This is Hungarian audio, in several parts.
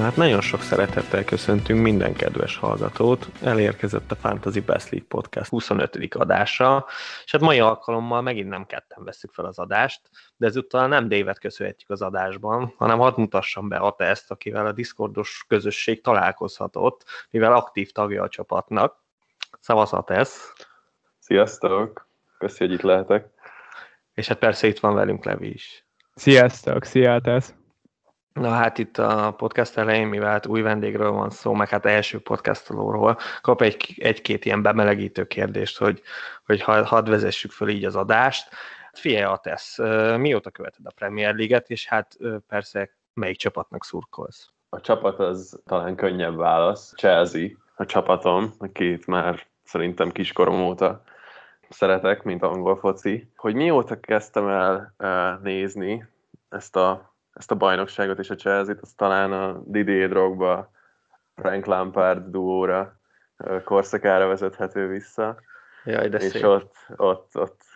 Hát nagyon sok szeretettel köszöntünk minden kedves hallgatót. Elérkezett a Fantasy Best League Podcast 25. adása, és hát mai alkalommal megint nem ketten vesszük fel az adást, de ezúttal nem Davet köszönhetjük az adásban, hanem hadd mutassam be Ateszt, akivel a Discordos közösség találkozhatott, mivel aktív tagja a csapatnak. Szavasz, Atesz! Sziasztok! Köszi, hogy itt lehetek. És hát persze itt van velünk Levi is. Sziasztok! Szia, Atesz! Na hát itt a podcast elején, mivel hát új vendégről van szó, meg hát első podcastolóról, kap egy-két ilyen bemelegítő kérdést, hogy hadd vezessük föl így az adást. Figyelj, Atesz, mióta követed a Premier League-et, és hát persze melyik csapatnak szurkolsz? A csapat az talán könnyebb válasz. Chelsea a csapatom, akit már szerintem kiskorom óta szeretek, mint angol foci. Hogy mióta kezdtem el nézni ezt a bajnokságot és a Chelsea-t, az talán a Didier Drogba, Frank Lampard duóra, korszakára vezethető vissza. Jaj, de és szép. ott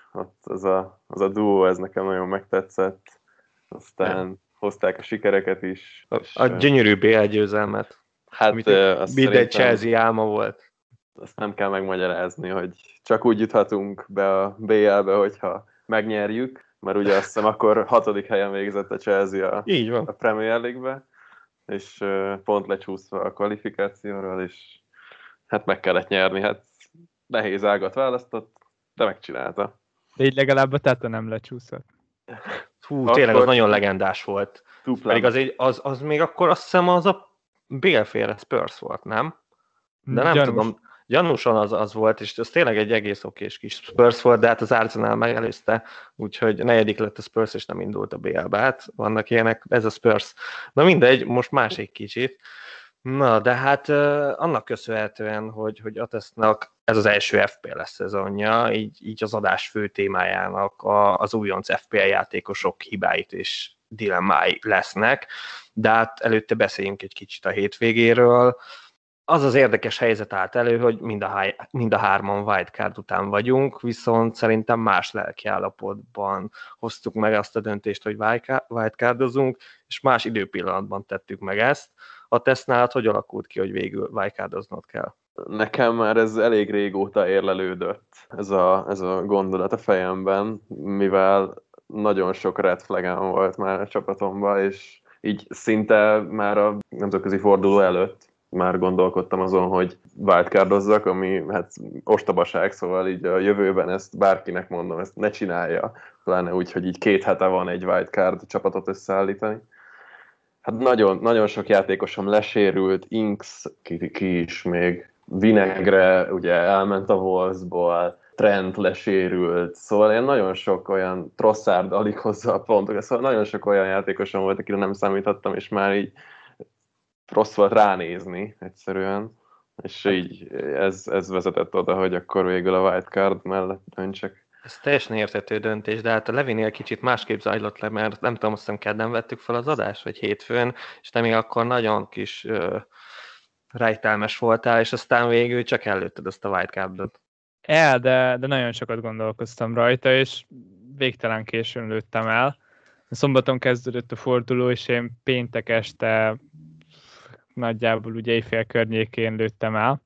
az a duó, ez nekem nagyon megtetszett. Aztán hozták a sikereket is. A gyönyörű BL győzelmet. Hát Minden Chelsea álma volt. Azt nem kell megmagyarázni, hogy csak úgy juthatunk be a BL-be, hogyha megnyerjük, mert ugye azt hiszem akkor 6. helyen végzett a Chelsea a Premier League-be, és pont lecsúszva a kvalifikációról, és hát meg kellett nyerni. Hát nehéz ágat választott, de megcsinálta. De így legalább a Tata nem lecsúszott. Hú, tényleg az nagyon legendás volt. Pedig az még akkor azt hiszem az a BL-féle Spurs volt, nem? De nem tudom, gyanúsan az volt, és az tényleg egy egész okés kis Spurs volt, de hát az Arsenal megelőzte, úgyhogy 4. lett a Spurs, és nem indult a BL-be. Hát vannak ilyenek, ez a Spurs. Na mindegy, most másik kicsit. Na, de hát annak köszönhetően, hogy Atesznak ez az első FPL szezonja, így az adás fő témájának az újonc FPL játékosok hibáit és dilemmái lesznek, de hát előtte beszéljünk egy kicsit a hétvégéről. Az az érdekes helyzet állt elő, hogy mind a hárman wildcard után vagyunk, viszont szerintem más lelkiállapotban hoztuk meg azt a döntést, hogy wildcardozunk, és más időpillanatban tettük meg ezt. A tesználad hogy alakult ki, hogy végül wildcardoznod kell? Nekem már ez elég régóta érlelődött, ez a gondolat a fejemben, mivel nagyon sok red flagem volt már a csapatomban, és így szinte már a nemzetközi forduló előtt már gondolkodtam azon, hogy wildcardozzak, ami hát ostobaság, szóval így a jövőben ezt bárkinek mondom, ezt ne csinálja, pláne úgy, hogy így 2 hete van egy wildcard csapatot összeállítani. Hát nagyon, nagyon sok játékosom lesérült, Inks, ki is még, Vinegre ugye elment a Wolvesból, Trent lesérült, szóval én nagyon sok olyan Trossard alig hozza a pontokat, szóval nagyon sok olyan játékosom volt, akire nem számíthattam, és már így rossz volt ránézni egyszerűen, és így ez vezetett oda, hogy akkor végül a wildcard mellett döntsek. Ez teljesen érthető döntés, de hát a Levinél kicsit másképp zajlott le, mert nem tudom, azt hiszem kedden vettük fel az adást, vagy hétfőn, és te még akkor nagyon kis rejtelmes voltál, és aztán végül csak előtted azt a wildcardot. De nagyon sokat gondolkoztam rajta, és végtelen későn lőttem el. Szombaton kezdődött a forduló, és én péntek este nagyjából ugye éjfél környékén lőttem el.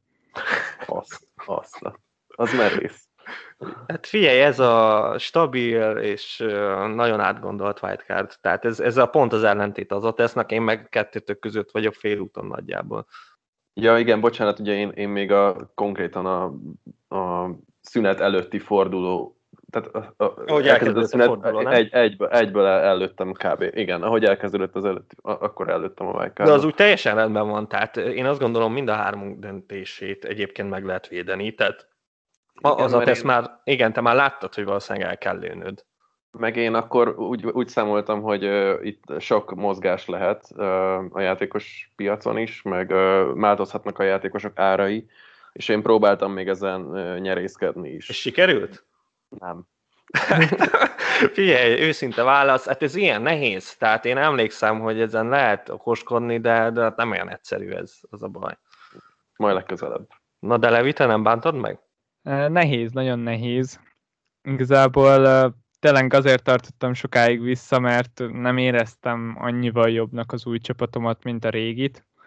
Az merész. Hát figyelj, ez a stabil és nagyon átgondolt wildcard, tehát ez a pont az ellentét az Atesznak, én meg kettőtök között vagyok félúton nagyjából. Ja igen, bocsánat, ugye én még konkrétan a szünet előtti forduló, tehát ahogy elkezdődött a forduló, nem? Egyből előttem kb. Igen, ahogy elkezdődött az előtti, akkor előttem a wildcardot. De az úgy teljesen rendben van, tehát én azt gondolom, mind a hármunk döntését egyébként meg lehet védeni, tehát az Atesz már, igen, te már láttad, hogy valószínűleg el kell lőnöd. Meg én akkor úgy számoltam, hogy itt sok mozgás lehet a játékos piacon is, meg változhatnak a játékosok árai, és én próbáltam még ezen nyerészkedni is. És sikerült? Nem. Figyelj, őszinte válasz, hát ez ilyen nehéz, tehát én emlékszem, hogy ezen lehet okoskodni, de nem olyan egyszerű ez, az a baj. Majd legközelebb. Na de Levi, te nem bántod meg? Nehéz, nagyon nehéz. Igazából tényleg azért tartottam sokáig vissza, mert nem éreztem annyival jobbnak az új csapatomat, mint a régit.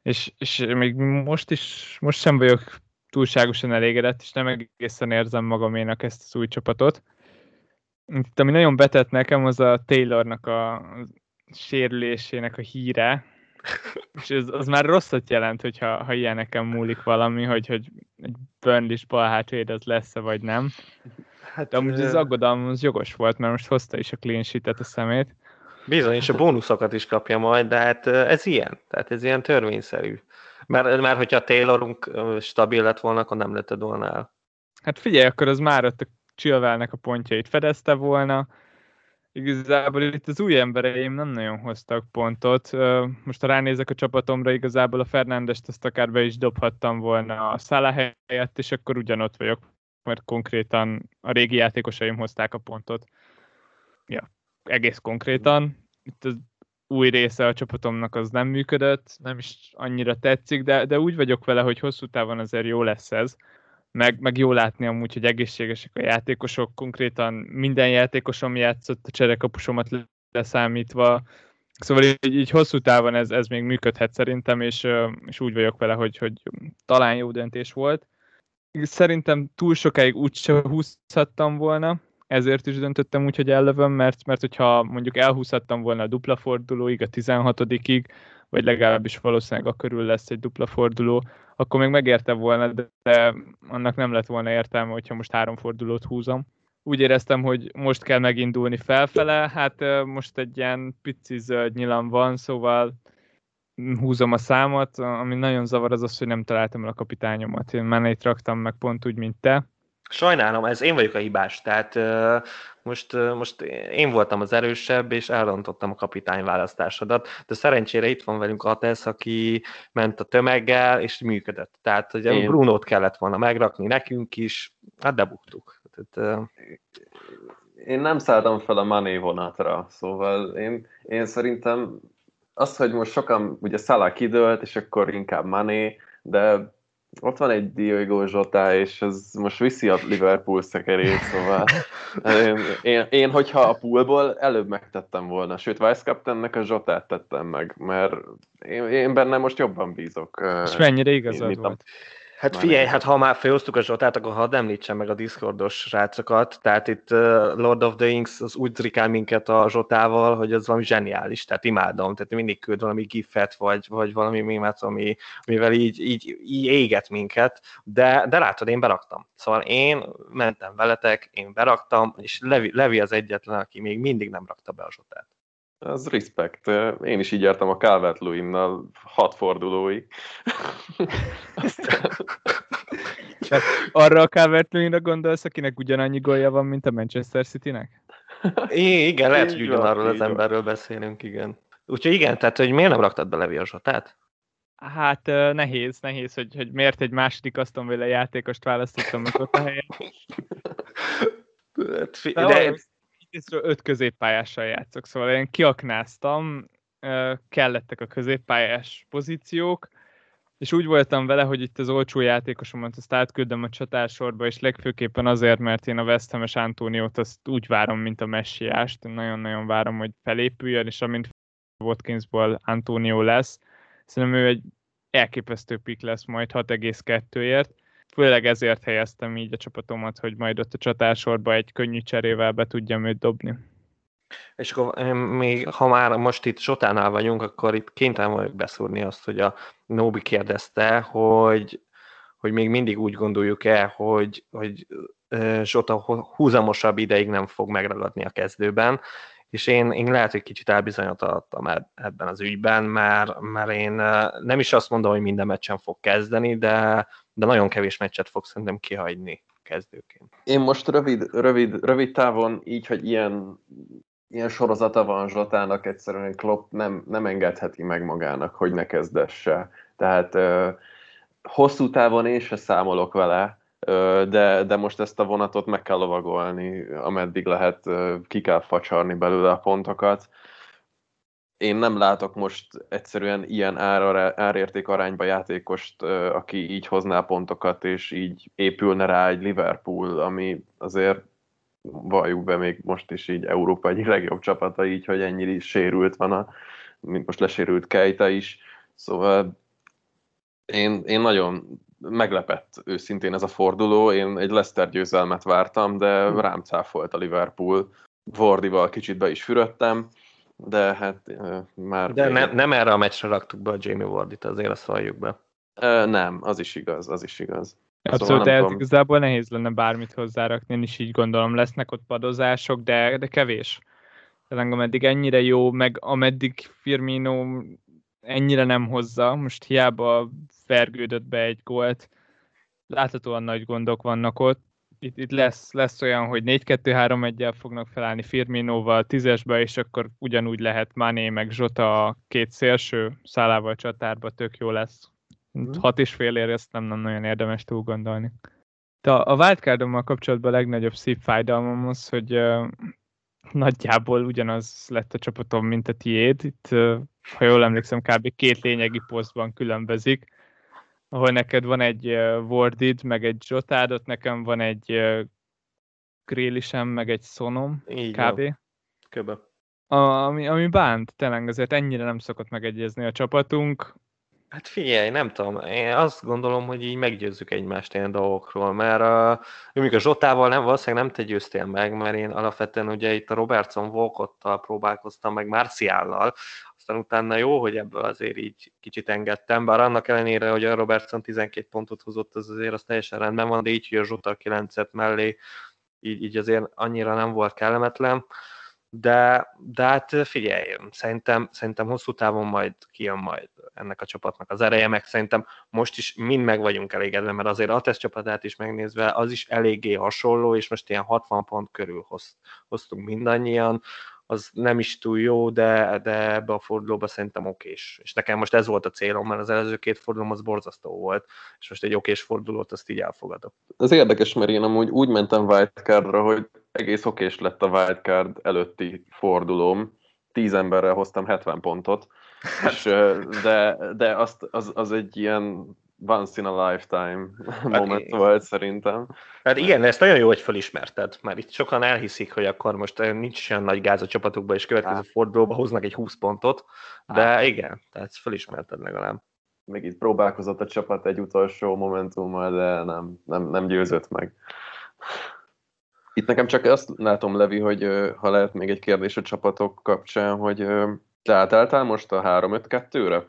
és még most sem vagyok túlságosan elégedett, és nem egészen érzem magaménak ezt az új csapatot. Itt, ami nagyon betett nekem, az a Taylornak a sérülésének a híre, és az már rosszat jelent, hogyha ilyeneken múlik valami, hogy egy Burnley-s balhátvéd az lesz-e, vagy nem. Hát, de amúgy az aggodalom az jogos volt, mert most hozta is a clean sheet-et a szemét. Bizony, és a bónuszokat is kapja majd, de hát ez ilyen. Tehát ez ilyen törvényszerű. Mert hogyha a Taylorunk stabil lett volna, akkor nem letted volna el. Hát figyelj, akkor az már ott a Chilwellnek a pontjait fedezte volna. Igazából itt az új embereim nem nagyon hoztak pontot. Most ha ránézek a csapatomra, igazából a Fernándest azt akár be is dobhattam volna a Salah helyett, és akkor ugyanott vagyok, mert konkrétan a régi játékosaim hozták a pontot. Ja, egész konkrétan. Itt az új része a csapatomnak az nem működött, nem is annyira tetszik, de úgy vagyok vele, hogy hosszú távon azért jó lesz ez. Meg jó látni amúgy, hogy egészségesek a játékosok, konkrétan minden játékosom játszott, a cserekapusomat leszámítva, szóval így hosszú távon ez még működhet szerintem, és úgy vagyok vele, hogy talán jó döntés volt. Szerintem túl sokáig úgyse húzhattam volna, ezért is döntöttem úgy, hogy ellövöm, mert hogyha mondjuk elhúzhattam volna a dupla fordulóig, a 16-ig, vagy legalábbis valószínűleg a körül lesz egy dupla forduló, akkor még megérte volna, de annak nem lett volna értelme, hogyha most 3 fordulót húzom. Úgy éreztem, hogy most kell megindulni felfele, hát most egy ilyen pici zöld nyilam van, szóval húzom a számot, ami nagyon zavar az, hogy nem találtam el a kapitányomat. Én Manét raktam meg pont úgy, mint te. Sajnálom, ez én vagyok a hibás, tehát most én voltam az erősebb, és elrontottam a kapitány választásodat, de szerencsére itt van velünk Atesz, aki ment a tömeggel, és működött. Tehát ugye Brunót kellett volna megrakni nekünk is, hát bebuktuk. Tehát, én nem szálltam fel a Mané vonatra, szóval én szerintem az, hogy most sokan, ugye Salah kidőlt, és akkor inkább Mané, de ott van egy Diogo Jota, és ez most viszi a Liverpool szekerét, szóval én hogyha a poolból előbb megtettem volna, sőt Vice Captainnek a Jotát tettem meg, mert én benne most jobban bízok. És mennyire igazad volt? Hát figyelj, hát ha már felhoztuk a Zsotát, akkor hadd említsem meg a Discordos srácokat, tehát itt Lord of the Rings az úgy trikál minket a Zsotával, hogy az valami zseniális, tehát imádom, tehát mindig küld valami gifet, vagy valami mémet, amivel így éget minket, de látod, én beraktam. Szóval én mentem veletek, én beraktam, és Levi az egyetlen, aki még mindig nem rakta be a Zsotát. Az respect. Én is így jártam a Calvert-Lewin-nal 6 fordulóig. Arra a Calvert-Lewinra gondolsz, akinek ugyanannyi gólja van, mint a Manchester Citynek? Igen, lehet, hogy ugyanarról az emberről beszélünk, igen. Úgyhogy igen, tehát hogy miért nem raktad be Levi a Zsotát? Hát nehéz, hogy miért egy második Aston Villa játékost választottam meg ott a helyen. De 5 középpályással játszok, szóval én kiaknáztam, kellettek a középpályás pozíciók, és úgy voltam vele, hogy itt az olcsó játékosomat azt átküldöm a csatársorba, és legfőképpen azért, mert én a West Ham-es Antóniót azt úgy várom, mint a messiást, nagyon-nagyon várom, hogy felépüljön, és amint Watkinsból Antónió lesz, szerintem ő egy elképesztő pick lesz majd 6,2-ért. Főleg ezért helyeztem így a csapatomat, hogy majd ott a csatársorba egy könnyű cserével be tudjam őt dobni. És akkor még, ha már most itt Zsotánál vagyunk, akkor itt kénytelen vagyok beszúrni azt, hogy a Nóbi kérdezte, hogy még mindig úgy gondoljuk-e, hogy Zsota húzamosabb ideig nem fog megragadni a kezdőben, és én lehet, hogy kicsit elbizonyottam ebben az ügyben, mert én nem is azt mondom, hogy minden meccsen fog kezdeni, de nagyon kevés meccset fog szerintem kihagyni kezdőként. Én most rövid távon így, hogy ilyen sorozata van Zsotának, egyszerűen Klopp nem engedheti meg magának, hogy ne kezdesse. Tehát hosszú távon én se számolok vele, de most ezt a vonatot meg kell lovagolni, ameddig lehet, ki kell facsarni belőle a pontokat. Én nem látok most egyszerűen ilyen árérték arányba játékost, aki így hozná pontokat, és így épülne rá egy Liverpool, ami azért valljuk be még most is így Európa egyik legjobb csapata, így, hogy ennyire sérült van, mint most lesérült Keita is. Szóval Én nagyon meglepett őszintén ez a forduló. Én egy Leicester győzelmet vártam, de rám cáfolt a Liverpool. Wardival kicsit be is fürödtem, de hát már... De nem erre a meccsre raktuk be a Jamie Wardit, azért azt valljuk be. Nem, az is igaz. Abszolút, szóval igazából nehéz lenne bármit hozzárakni, én is így gondolom, lesznek ott padozások, de kevés. Tehát ameddig ennyire jó, meg ameddig Firmino ennyire nem hozza, most hiába vergődött be egy gólt, láthatóan nagy gondok vannak ott. Itt lesz olyan, hogy 4-2-3-1-jel fognak felállni Firminóval 10-esbe, és akkor ugyanúgy lehet Mané meg Zsota a két szélső szálával csatárba, tök jó lesz. 6,5-ért ezt nem nagyon érdemes túl gondolni. De a wildcardommal kapcsolatban a legnagyobb szívfájdalmam az, hogy nagyjából ugyanaz lett a csapatom, mint a tiéd. Itt, ha jól emlékszem, kb. 2 lényegi posztban különbözik, ahol neked van egy Wardid, meg egy Zsotádot, nekem van egy Grealishem, meg egy Sonom, kb. Ami bánt, tényleg azért ennyire nem szokott megegyezni a csapatunk. Hát figyelj, nem tudom, én azt gondolom, hogy így meggyőzzük egymást ilyen dolgokról, mert a Zsotával valószínűleg nem te győztél meg, mert én alapvetően ugye itt a Robertson Walcotttal próbálkoztam, meg Martiallal, aztán utána jó, hogy ebből azért így kicsit engedtem, bár annak ellenére, hogy a Robertson 12 pontot hozott, azért az teljesen rendben van, de így, hogy a Zsota 9-et mellé, így azért annyira nem volt kellemetlen. De hát figyelj, szerintem hosszú távon majd kijön majd ennek a csapatnak az ereje, meg szerintem most is mind meg vagyunk elégedve, mert azért a teszt csapatát is megnézve az is eléggé hasonló, és most ilyen 60 pont körül hoztunk mindannyian, az nem is túl jó, de ebbe a fordulóba szerintem okés. És nekem most ez volt a célom, mert az előző 2 fordulóm az borzasztó volt, és most egy okés fordulót azt így elfogadok. Ez érdekes, mert én amúgy úgy mentem wildcardra, hogy egész okés lett a wildcard előtti fordulóm. 10 emberrel hoztam 70 pontot, és, de az egy ilyen once in a lifetime moment volt szerintem. Hát igen, ezt nagyon jó, hogy felismerted, mert itt sokan elhiszik, hogy akkor most nincs olyan nagy gáz a csapatukban, és következő fordulóba hoznak egy 20 pontot, de igen, tehát felismerted legalább. Még itt próbálkozott a csapat egy utolsó momentummal, de nem győzött meg. Itt nekem csak azt látom, Levi, hogy ha lehet még egy kérdés a csapatok kapcsán, hogy te átálltál most a 3-5-2-re?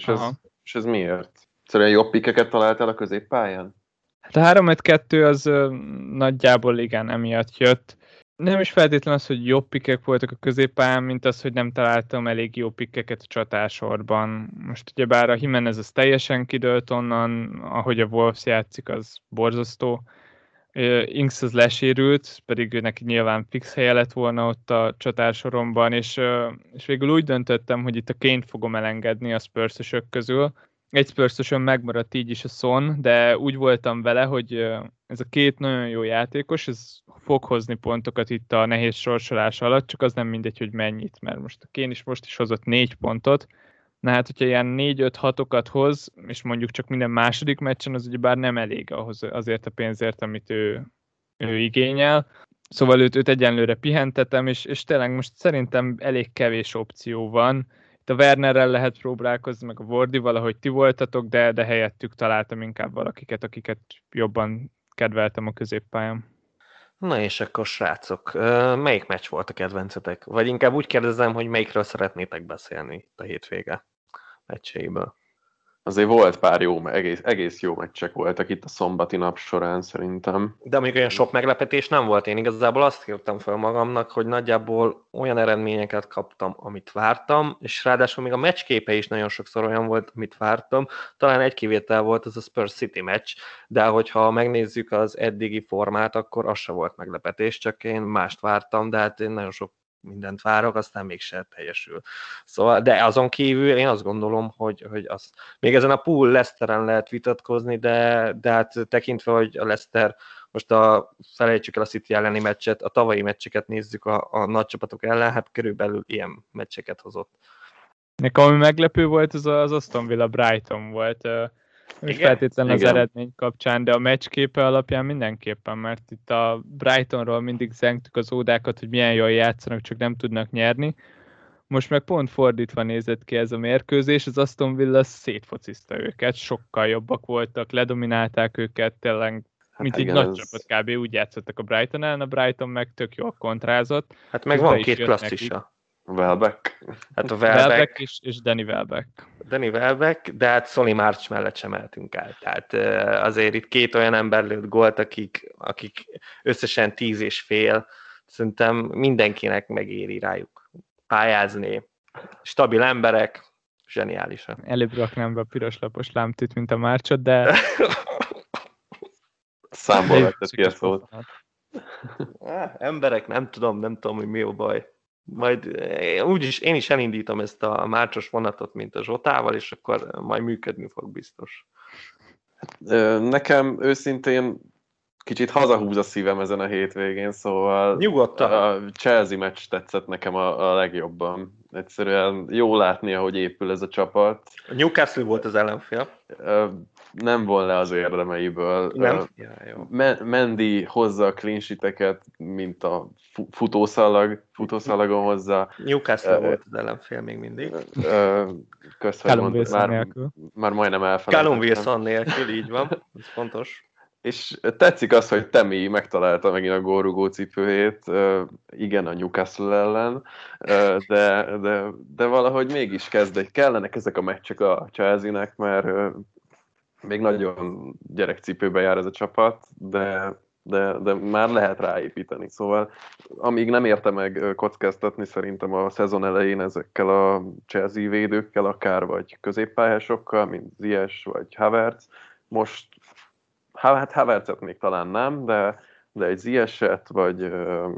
És ez miért? Egyszerűen jobb pikeket találtál a középpályán? Hát a 3-5-2 az nagyjából igen, emiatt jött. Nem is feltétlenül az, hogy jobb pikek voltak a középpályán, mint az, hogy nem találtam elég jó pikeket a csatásorban. Most ugyebár a Jimenez az teljesen kidőlt onnan, ahogy a Wolves játszik, az borzasztó. Inks az lesérült, pedig neki nyilván fix helye lett volna ott a csatársoromban, és végül úgy döntöttem, hogy itt a Kane-t fogom elengedni a Spurs-ösök közül. Egy Spurs-ösön megmaradt így is a Son, de úgy voltam vele, hogy ez a 2 nagyon jó játékos, ez fog hozni pontokat itt a nehéz sorsolás alatt, csak az nem mindegy, hogy mennyit, mert most a Kane is most is hozott 4 pontot. Na hát, hogyha ilyen 4-5-6-okat hoz, és mondjuk csak minden második meccsen, az ugyebár nem elég ahhoz azért a pénzért, amit ő igényel. Szóval őt egyenlőre pihentetem, és tényleg most szerintem elég kevés opció van. Itt a Wernerrel lehet próbálkozni, meg a Wardival, ahogy ti voltatok, de helyettük találtam inkább valakiket, akiket jobban kedveltem a középpályán. Na és akkor srácok, melyik meccs volt a kedvencetek? Vagy inkább úgy kérdezem, hogy melyikről szeretnétek beszélni itt a hétvége meccseiből? Azért volt pár jó, egész jó meccsek voltak itt a szombati nap során szerintem. De mondjuk olyan sok meglepetés nem volt. Én igazából azt írtam fel magamnak, hogy nagyjából olyan eredményeket kaptam, amit vártam, és ráadásul még a meccsképe is nagyon sokszor olyan volt, amit vártam. Talán egy kivétel volt, az a Spurs City meccs, de hogyha megnézzük az eddigi formát, akkor az se volt meglepetés, csak én mást vártam, de hát én nagyon sok mindent várok, aztán mégse teljesül. Szóval, de azon kívül én azt gondolom, hogy az, még ezen a pool Leicesteren lehet vitatkozni, de hát tekintve, hogy a Leicester, most felejtsük el a City elleni meccset, a tavalyi meccseket nézzük a nagy csapatok ellen, hát körülbelül ilyen meccseket hozott. Nekem ami meglepő volt, az Aston Villa Brighton volt. Nem is feltétlenül az eredmény kapcsán, de a meccsképe alapján mindenképpen, mert itt a Brightonról mindig zengtük az ódákat, hogy milyen jól játszanak, csak nem tudnak nyerni. Most meg pont fordítva nézett ki ez a mérkőzés, az Aston Villa szétfociszta őket, sokkal jobbak voltak, ledominálták őket, tényleg, mint egy nagy csapat kb. Úgy játszottak a Brighton ellen, a Brighton meg tök jól kontrázott. Hát meg van két klasszisa. Welbeck. Hát a Welbeck és Danny Welbeck. Danny Welbeck, de hát Solly March mellett sem mehetünk el. Tehát azért itt két olyan ember lőtt gólt, akik összesen 10,5. Szerintem mindenkinek megéri rájuk pályázni. Stabil emberek, zseniálisan. Előbb raknám be a piroslapos lámtűt, mint a Marchot, de... Számból vetted ki a szót. Emberek, nem tudom, hogy mi a baj. Majd úgyis én is elindítom ezt a Marchos vonatot, mint a Zsotával, és akkor majd működni fog biztos. Nekem őszintén kicsit hazahúz a szívem ezen a hétvégén, szóval nyugodtan. A Chelsea meccs tetszett nekem a legjobban. Egyszerűen jó látni, ahogy épül ez a csapat. A Newcastle volt az ellenfél. Nem von le az érdemeiből. Nem? Mendy hozza a clean sheeteket, mint a futószalagon hozza. Newcastle volt az ellenfél még mindig. Köszönöm, már majdnem elfelejtettem. Callum Wilson nélkül, így van. Ez fontos. És tetszik az, hogy Temi megtalálta megint a gólrugó cipőjét, igen, a Newcastle ellen, de valahogy mégis kellenek ezek a meccsek a Chelsea-nek, mert még nagyon gyerekcipőben jár ez a csapat, de már lehet ráépíteni. Szóval amíg nem érte meg kockáztatni szerintem a szezon elején ezekkel a Chelsea védőkkel, akár vagy középpályásokkal, mint Ziyech vagy Havertz, most hát Havertzet még talán nem, de egy Ziyechet, vagy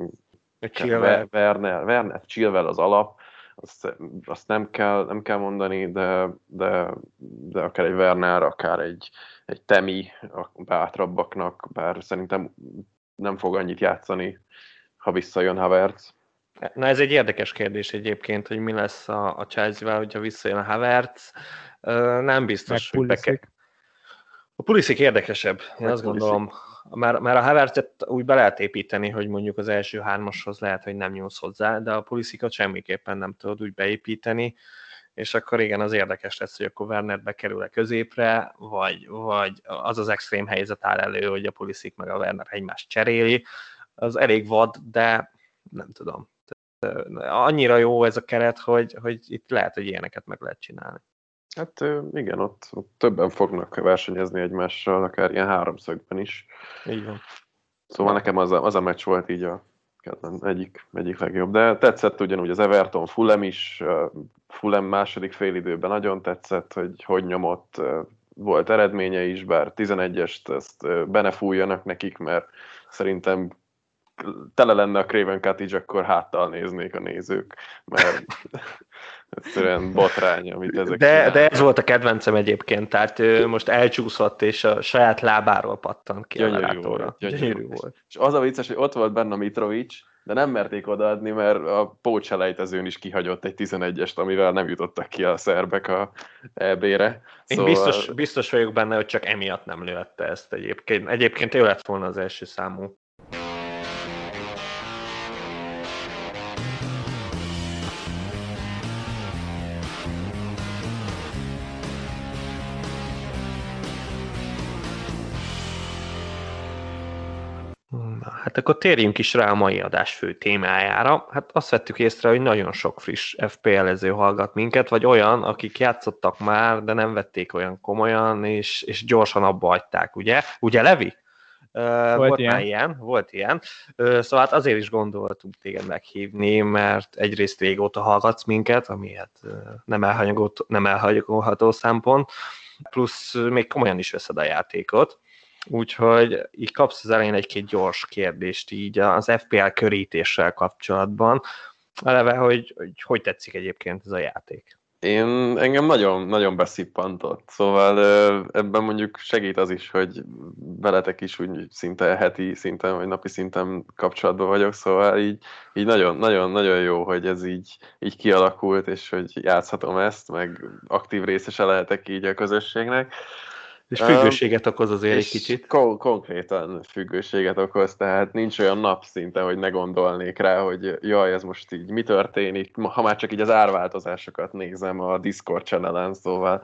Werner, Chilwell az alap, azt nem kell mondani, de akár egy Werner, akár egy Temi a bátrabbaknak, bár szerintem nem fog annyit játszani, ha visszajön Havertz. Na ez egy érdekes kérdés egyébként, hogy mi lesz a Chelsea-vel, hogyha visszajön a Havertz. Nem biztos, hogy a Pulisic érdekesebb, én azt gondolom. Már a Havertzet úgy be lehet építeni, hogy mondjuk az első hármashoz lehet, hogy nem nyúlsz hozzá, de a Pulisicot semmiképpen nem tudod úgy beépíteni, és akkor igen, az érdekes lesz, hogy akkor Werner bekerül-e középre, vagy az extrém helyzet áll elő, hogy a Pulisic meg a Werner egymást cseréli. Az elég vad, de nem tudom. Annyira jó ez a keret, hogy itt lehet, hogy ilyeneket meg lehet csinálni. Hát igen, ott többen fognak versenyezni egymással, akár ilyen háromszögben is. Így van. Szóval nekem az a meccs volt így a egyik legjobb. De tetszett ugyanúgy az Everton, Fulham is. Fulham második félidőben nagyon tetszett, hogy nyomott. Volt eredménye is, bár 11-est ezt be ne fújjanak nekik, mert szerintem tele lenne a Craven Cottage, akkor háttal néznék a nézők, mert egyszerűen botrány, amit ezek de ez volt a kedvencem egyébként, tehát most elcsúszott, és a saját lábáról pattant ki a lelátóra. Gyönyörű volt. És az a vicces, hogy ott volt benne Mitrovic, de nem merték odaadni, mert a pótselejtezőn is kihagyott egy 11-est, amivel nem jutottak ki a szerbek a EB-re. Én biztos vagyok benne, hogy csak emiatt nem lőtte ezt egyébként. Egyébként ő lett volna az első számú. Hát akkor térjünk is rá a mai adás fő témájára. Hát azt vettük észre, hogy nagyon sok friss FPL-ező hallgat minket, vagy olyan, akik játszottak már, de nem vették olyan komolyan, és gyorsan abba hagyták, ugye? Ugye, Levi? Volt ilyen. Szóval hát azért is gondoltunk téged meghívni, mert egyrészt régóta hallgatsz minket, ami hát nem elhanyagolható szempont, plusz még komolyan is veszed a játékot. Úgyhogy így kapsz az elején egy-két gyors kérdést így az FPL körítéssel kapcsolatban. Eleve, hogy tetszik egyébként ez a játék? Engem nagyon, nagyon beszippantott. Szóval ebben mondjuk segít az is, hogy veletek is úgy szinte heti szinten, vagy napi szinten kapcsolatban vagyok, szóval így nagyon, nagyon, nagyon jó, hogy ez így kialakult, és hogy játszhatom ezt, meg aktív részese lehetek így a közösségnek. És függőséget okoz azért egy kicsit. Konkrétan függőséget okoz, tehát nincs olyan nap szinte, hogy ne gondolnék rá, hogy jaj, ez most így mi történik, ha már csak így az árváltozásokat nézem a Discord channelen, szóval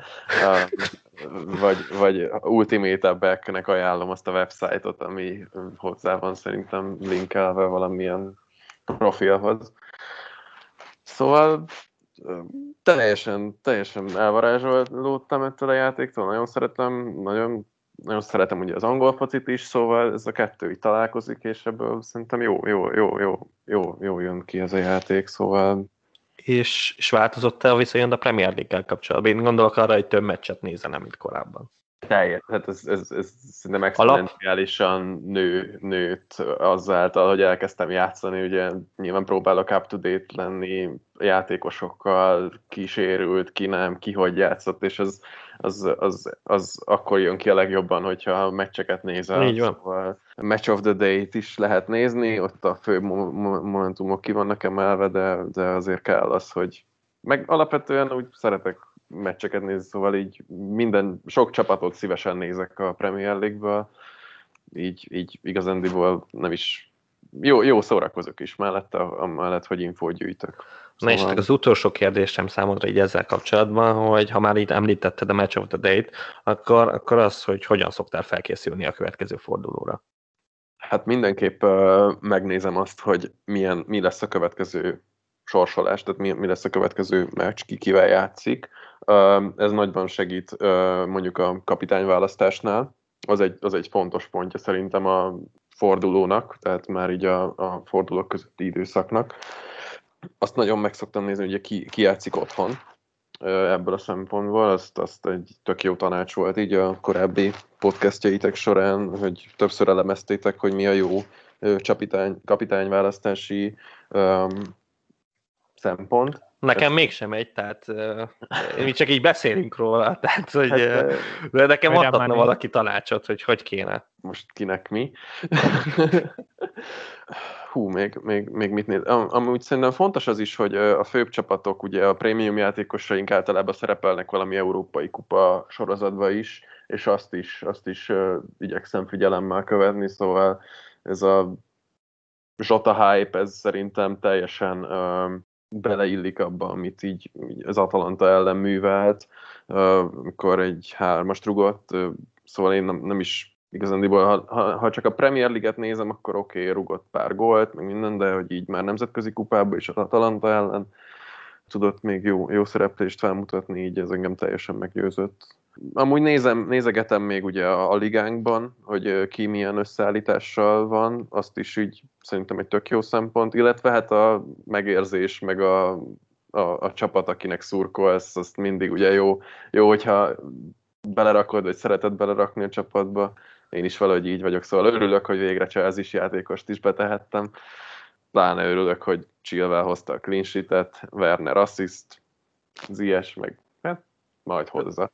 vagy Ultimate Back-nek ajánlom azt a website-ot, ami hozzá van szerintem linkelve valamilyen profilhoz. Szóval teljesen elvarázsolódtam ettől a játéktól, nagyon szeretem ugye az angol focit is, szóval ez a kettő így találkozik, és ebből szerintem jó jön ki ez a játék, szóval... És változott-e a viszonyod a Premier League-kel kapcsolatban? Én gondolok arra, hogy több meccset nézel, mint korábban. Hát ez szerintem exponenciálisan nőtt azáltal, hogy elkezdtem játszani, ugye nyilván próbálok up-to-date lenni játékosokkal, ki sérült, ki nem, ki hogy játszott, és az akkor jön ki a legjobban, hogyha meccseket nézel. Így van. Szóval Match of the Day-t is lehet nézni, ott a fő momentumok ki vannak emelve, de azért kell az, hogy meg alapvetően úgy szeretek meccseket nézni, szóval így sok csapatot szívesen nézek a Premier League-ből, így igazándiból nem is jó szórakozok is mellette, amellett, hogy infót gyűjtök. Szóval... Na és az utolsó kérdésem számodra így ezzel kapcsolatban, hogy ha már itt említetted a Match of the Day-t, akkor az, hogy hogyan szoktál felkészülni a következő fordulóra? Hát mindenképp megnézem azt, hogy mi lesz a következő sorsolás, tehát mi lesz a következő meccs, kivel játszik. Ez nagyban segít mondjuk a kapitányválasztásnál. Az egy fontos pontja szerintem a fordulónak, tehát már így a fordulók közötti időszaknak. Azt nagyon meg szoktam nézni, hogy ki játszik otthon ebből a szempontból. Azt egy tök jó tanács volt így a korábbi podcastjaitek során, hogy többször elemeztétek, hogy mi a jó kapitányválasztási szempont. Nekem mégsem egy, tehát mi csak így beszélünk róla, tehát hogy de nekem adhatna valaki tanácsot, hogy kéne. Most kinek mi? Hú, még mit néz? Amúgy szerintem fontos az is, hogy a főbb csapatok, ugye a prémium játékosaink általában szerepelnek valami európai kupa sorozatba is, és azt is igyekszem figyelemmel követni, szóval ez a Jota hype, ez szerintem teljesen beleillik abba, amit így az Atalanta ellen művelt, amikor egy 3-ast rugott, szóval én nem is igazándiból, ha csak a Premier League-et nézem, akkor oké, rugott pár gólt, meg minden, de hogy így már nemzetközi kupában is az Atalanta ellen tudott még jó szereplést felmutatni, így ez engem teljesen meggyőzött. Amúgy nézegetem még ugye a ligánkban, hogy ki milyen összeállítással van, azt is így szerintem egy tök jó szempont, illetve hát a megérzés, meg a csapat, akinek szurkolsz, azt mindig ugye jó, hogyha belerakod, vagy szereted belerakni a csapatba. Én is valahogy így vagyok, szóval örülök, hogy végre Chelsea-s játékost is betehettem. Pláne örülök, hogy Chilwell hozta a clean sheet-et, Werner assist, Ziyech meg majd hozzá.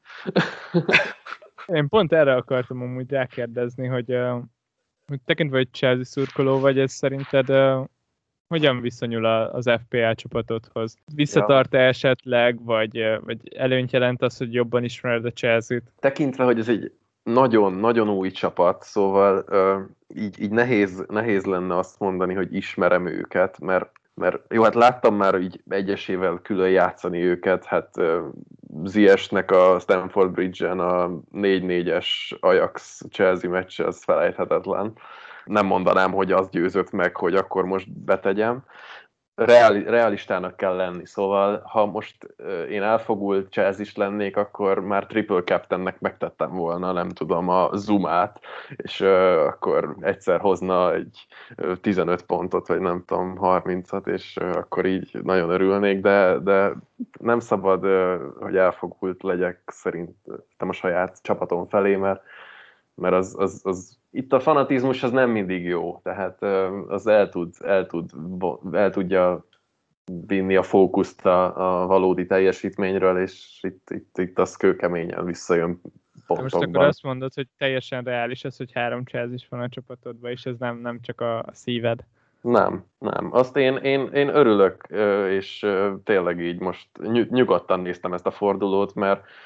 Én pont erre akartam amúgy rákérdezni, hogy tekintve, hogy Chelsea szurkoló vagy, ez szerinted hogyan viszonyul az FPL csapatodhoz? Visszatart-e esetleg, vagy előnyt jelent az, hogy jobban ismered a Chelsea-t? Tekintve, hogy ez egy nagyon-nagyon új csapat, szóval így nehéz lenne azt mondani, hogy ismerem őket, mert jó, hát láttam már így egyesével külön játszani őket, hát Ziyechnek a Stamford Bridge-en a 4-4-es Ajax-Chelsea meccs, az felejthetetlen. Nem mondanám, hogy az győzött meg, hogy akkor most betegyem. Realistának kell lenni, szóval ha most én elfogult Chelsea-s lennék, akkor már triple captainnek megtettem volna, nem tudom, a Zumát, és akkor egyszer hozna egy 15 pontot, vagy nem tudom, 30-at, és akkor így nagyon örülnék, de nem szabad, hogy elfogult legyek szerintem a saját csapatom felé, mert az itt a fanatizmus az nem mindig jó, tehát az el tudja vinni a fókuszt a valódi teljesítményről, és itt az kőkeményen visszajön pontokban. Most akkor azt mondod, hogy teljesen reális az, hogy 3 Chelsea van a csapatodban, és ez nem csak a szíved. Nem. Azt én örülök, és tényleg így most nyugodtan néztem ezt a fordulót, mert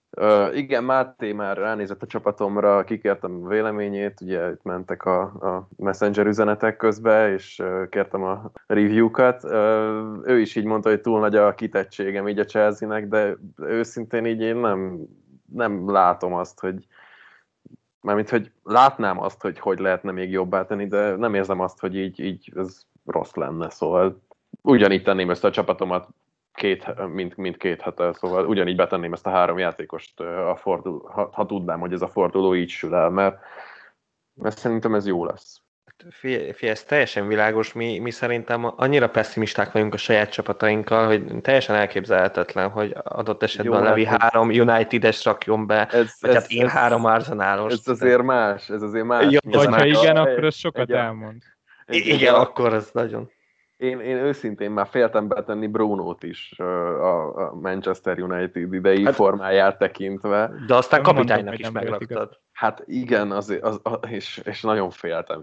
Igen, Máté már ránézett a csapatomra, kikértem a véleményét, ugye itt mentek a Messenger üzenetek közben, és kértem a review-kat. Ő is így mondta, hogy túl nagy a kitettségem így a Chelsea-nek, de őszintén így én nem látom azt, hogy mármint, hogy látnám azt, hogy lehetne még jobbá tenni, de nem érzem azt, hogy így ez rossz lenne, szóval ugyanígy tenném ezt a csapatomat mint 2 hete, szóval ugyanígy betenném ezt a 3 játékost, ha tudnám, hogy ez a forduló így sül el, mert szerintem ez jó lesz. Ez teljesen világos, mi szerintem annyira pessimisták vagyunk a saját csapatainkkal, hogy teljesen elképzelhetetlen, hogy adott esetben jó, a Levi 3 United-es rakjon be, vagy hát én 3 Arsenalos. Ez azért más. Ja, ha igen, akkor ez sokat elmond. Igen, akkor ez nagyon... Én őszintén már féltem betenni Brunót is a Manchester United idei formáját tekintve. De aztán kapitánynak is megraktad. Hát igen, és nagyon féltem.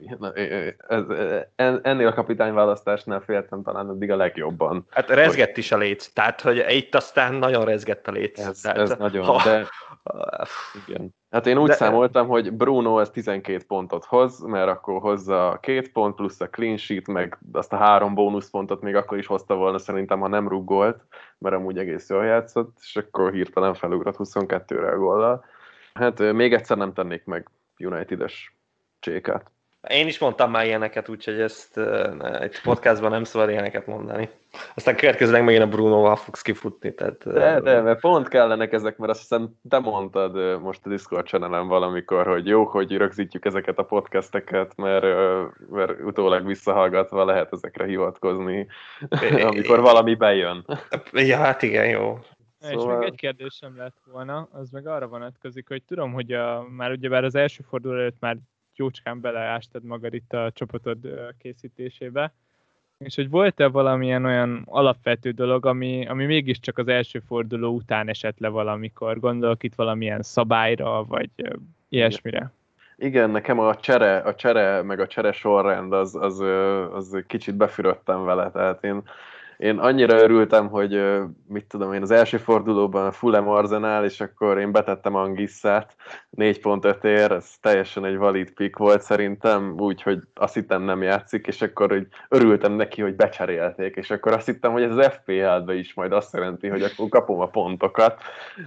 Ennél a kapitányválasztásnál féltem talán addig a legjobban. Hát rezgett is a léc, tehát hogy itt aztán nagyon rezgett a léc. Ez nagyon, de igen. Hát én úgy számoltam, hogy Bruno ez 12 pontot hoz, mert akkor hozza 2 pont plusz a clean sheet, meg azt a 3 bónuszpontot még akkor is hozta volna szerintem, ha nem ruggolt, mert amúgy egész jól játszott, és akkor hirtelen felugrott 22-re a góllal. Hát még egyszer nem tennék meg United-es csékát. Én is mondtam már ilyeneket, úgyhogy ezt egy podcastban nem szabad ilyeneket mondani. Aztán következőleg megint a Brunoval fogsz kifutni. Tehát, de, mert pont kellenek ezek, mert azt hiszem te mondtad most a Discord channelen valamikor, hogy jó, hogy rögzítjük ezeket a podcasteket, mert utólag visszahallgatva lehet ezekre hivatkozni, amikor valami bejön. Ja, hát igen, jó. Szóval... És még egy kérdésem lett volna, az meg arra vonatkozik, hogy tudom, hogy már ugyebár az első forduló előtt már jócskán beleástad magad itt a csapatod készítésébe, és hogy volt-e valamilyen olyan alapvető dolog, ami mégiscsak az első forduló után esett le valamikor? Gondolok itt valamilyen szabályra, vagy ilyesmire? Igen, nekem a csere meg a csere sorrend az kicsit befürödtem vele, tehát én annyira örültem, hogy mit tudom én, az első fordulóban a Fulham Arsenal, és akkor én betettem Anguissát 4.5-ért, ez teljesen egy valid pick volt szerintem, úgyhogy azt hittem nem játszik, és akkor hogy örültem neki, hogy becserélték, és akkor azt hittem, hogy ez az FPL-be is majd azt jelenti, hogy akkor kapom a pontokat.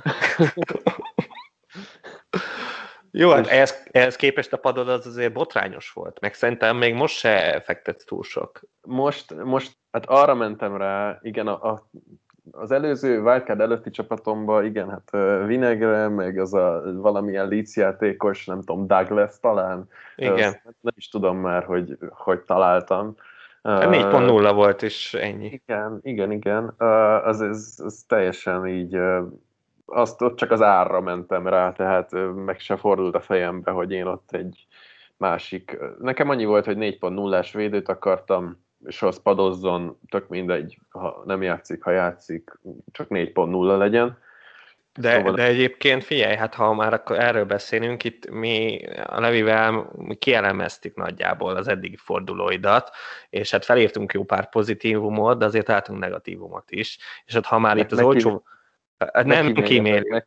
Jó, hát ehhez képest a padod az azért botrányos volt, meg szerintem még most se fektetsz túl sok. Most hát arra mentem rá, igen, az előző wildcard előtti csapatomban, igen, hát Vinegre, meg az a valamilyen Leeds játékos, nem tudom, Douglas talán. Igen. Nem is tudom már, hogy találtam. 4.0 volt, és ennyi. Igen. Ez teljesen így... Ott csak az árra mentem rá, tehát meg se fordult a fejembe, hogy én ott egy másik... Nekem annyi volt, hogy 4.0-ás védőt akartam, és az padozzon, tök mindegy, ha nem játszik, ha játszik, csak 4.0 legyen. De egyébként figyelj, hát ha már akkor erről beszélünk, itt mi a Levivel kielemeztük nagyjából az eddigi fordulóidat, és hát felírtunk jó pár pozitívumot, de azért álltunk negatívumot is, és hát ha már itt az olcsó... Nem kíméljük,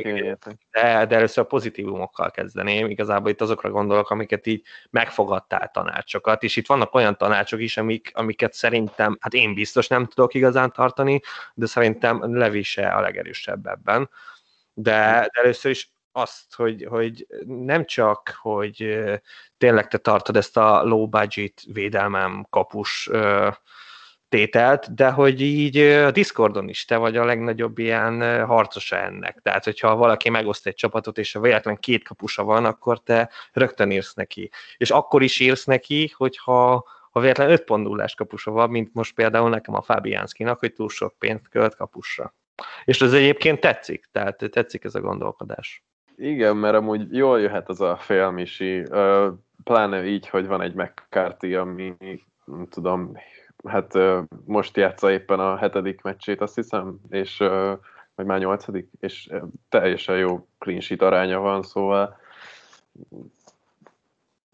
de először a pozitívumokkal kezdeném. Igazából itt azokra gondolok, amiket így megfogadtál tanácsokat, és itt vannak olyan tanácsok is, amiket szerintem, hát én biztos nem tudok igazán tartani, de szerintem Levi se a legerősebb ebben. De először is azt, hogy nem csak, hogy tényleg te tartod ezt a low budget védelmem kapus tételt, de hogy így a Discordon is te vagy a legnagyobb ilyen harcosa ennek. Tehát, hogyha valaki megoszt egy csapatot, és a véletlen 2 kapusa van, akkor te rögtön írsz neki. És akkor is írsz neki, hogyha véletlen 5.0-ás kapusa van, mint most például nekem a Fabianskinak, hogy túl sok pénzt költ kapusra. És ez egyébként tetszik, tehát tetszik ez a gondolkodás. Igen, mert amúgy jól jöhet az a félmisi, pláne így, hogy van egy McCarthy, ami nem tudom, hát most játsza éppen a 7. meccsét, azt hiszem, és vagy már 8. és teljesen jó clean sheet aránya van, szóval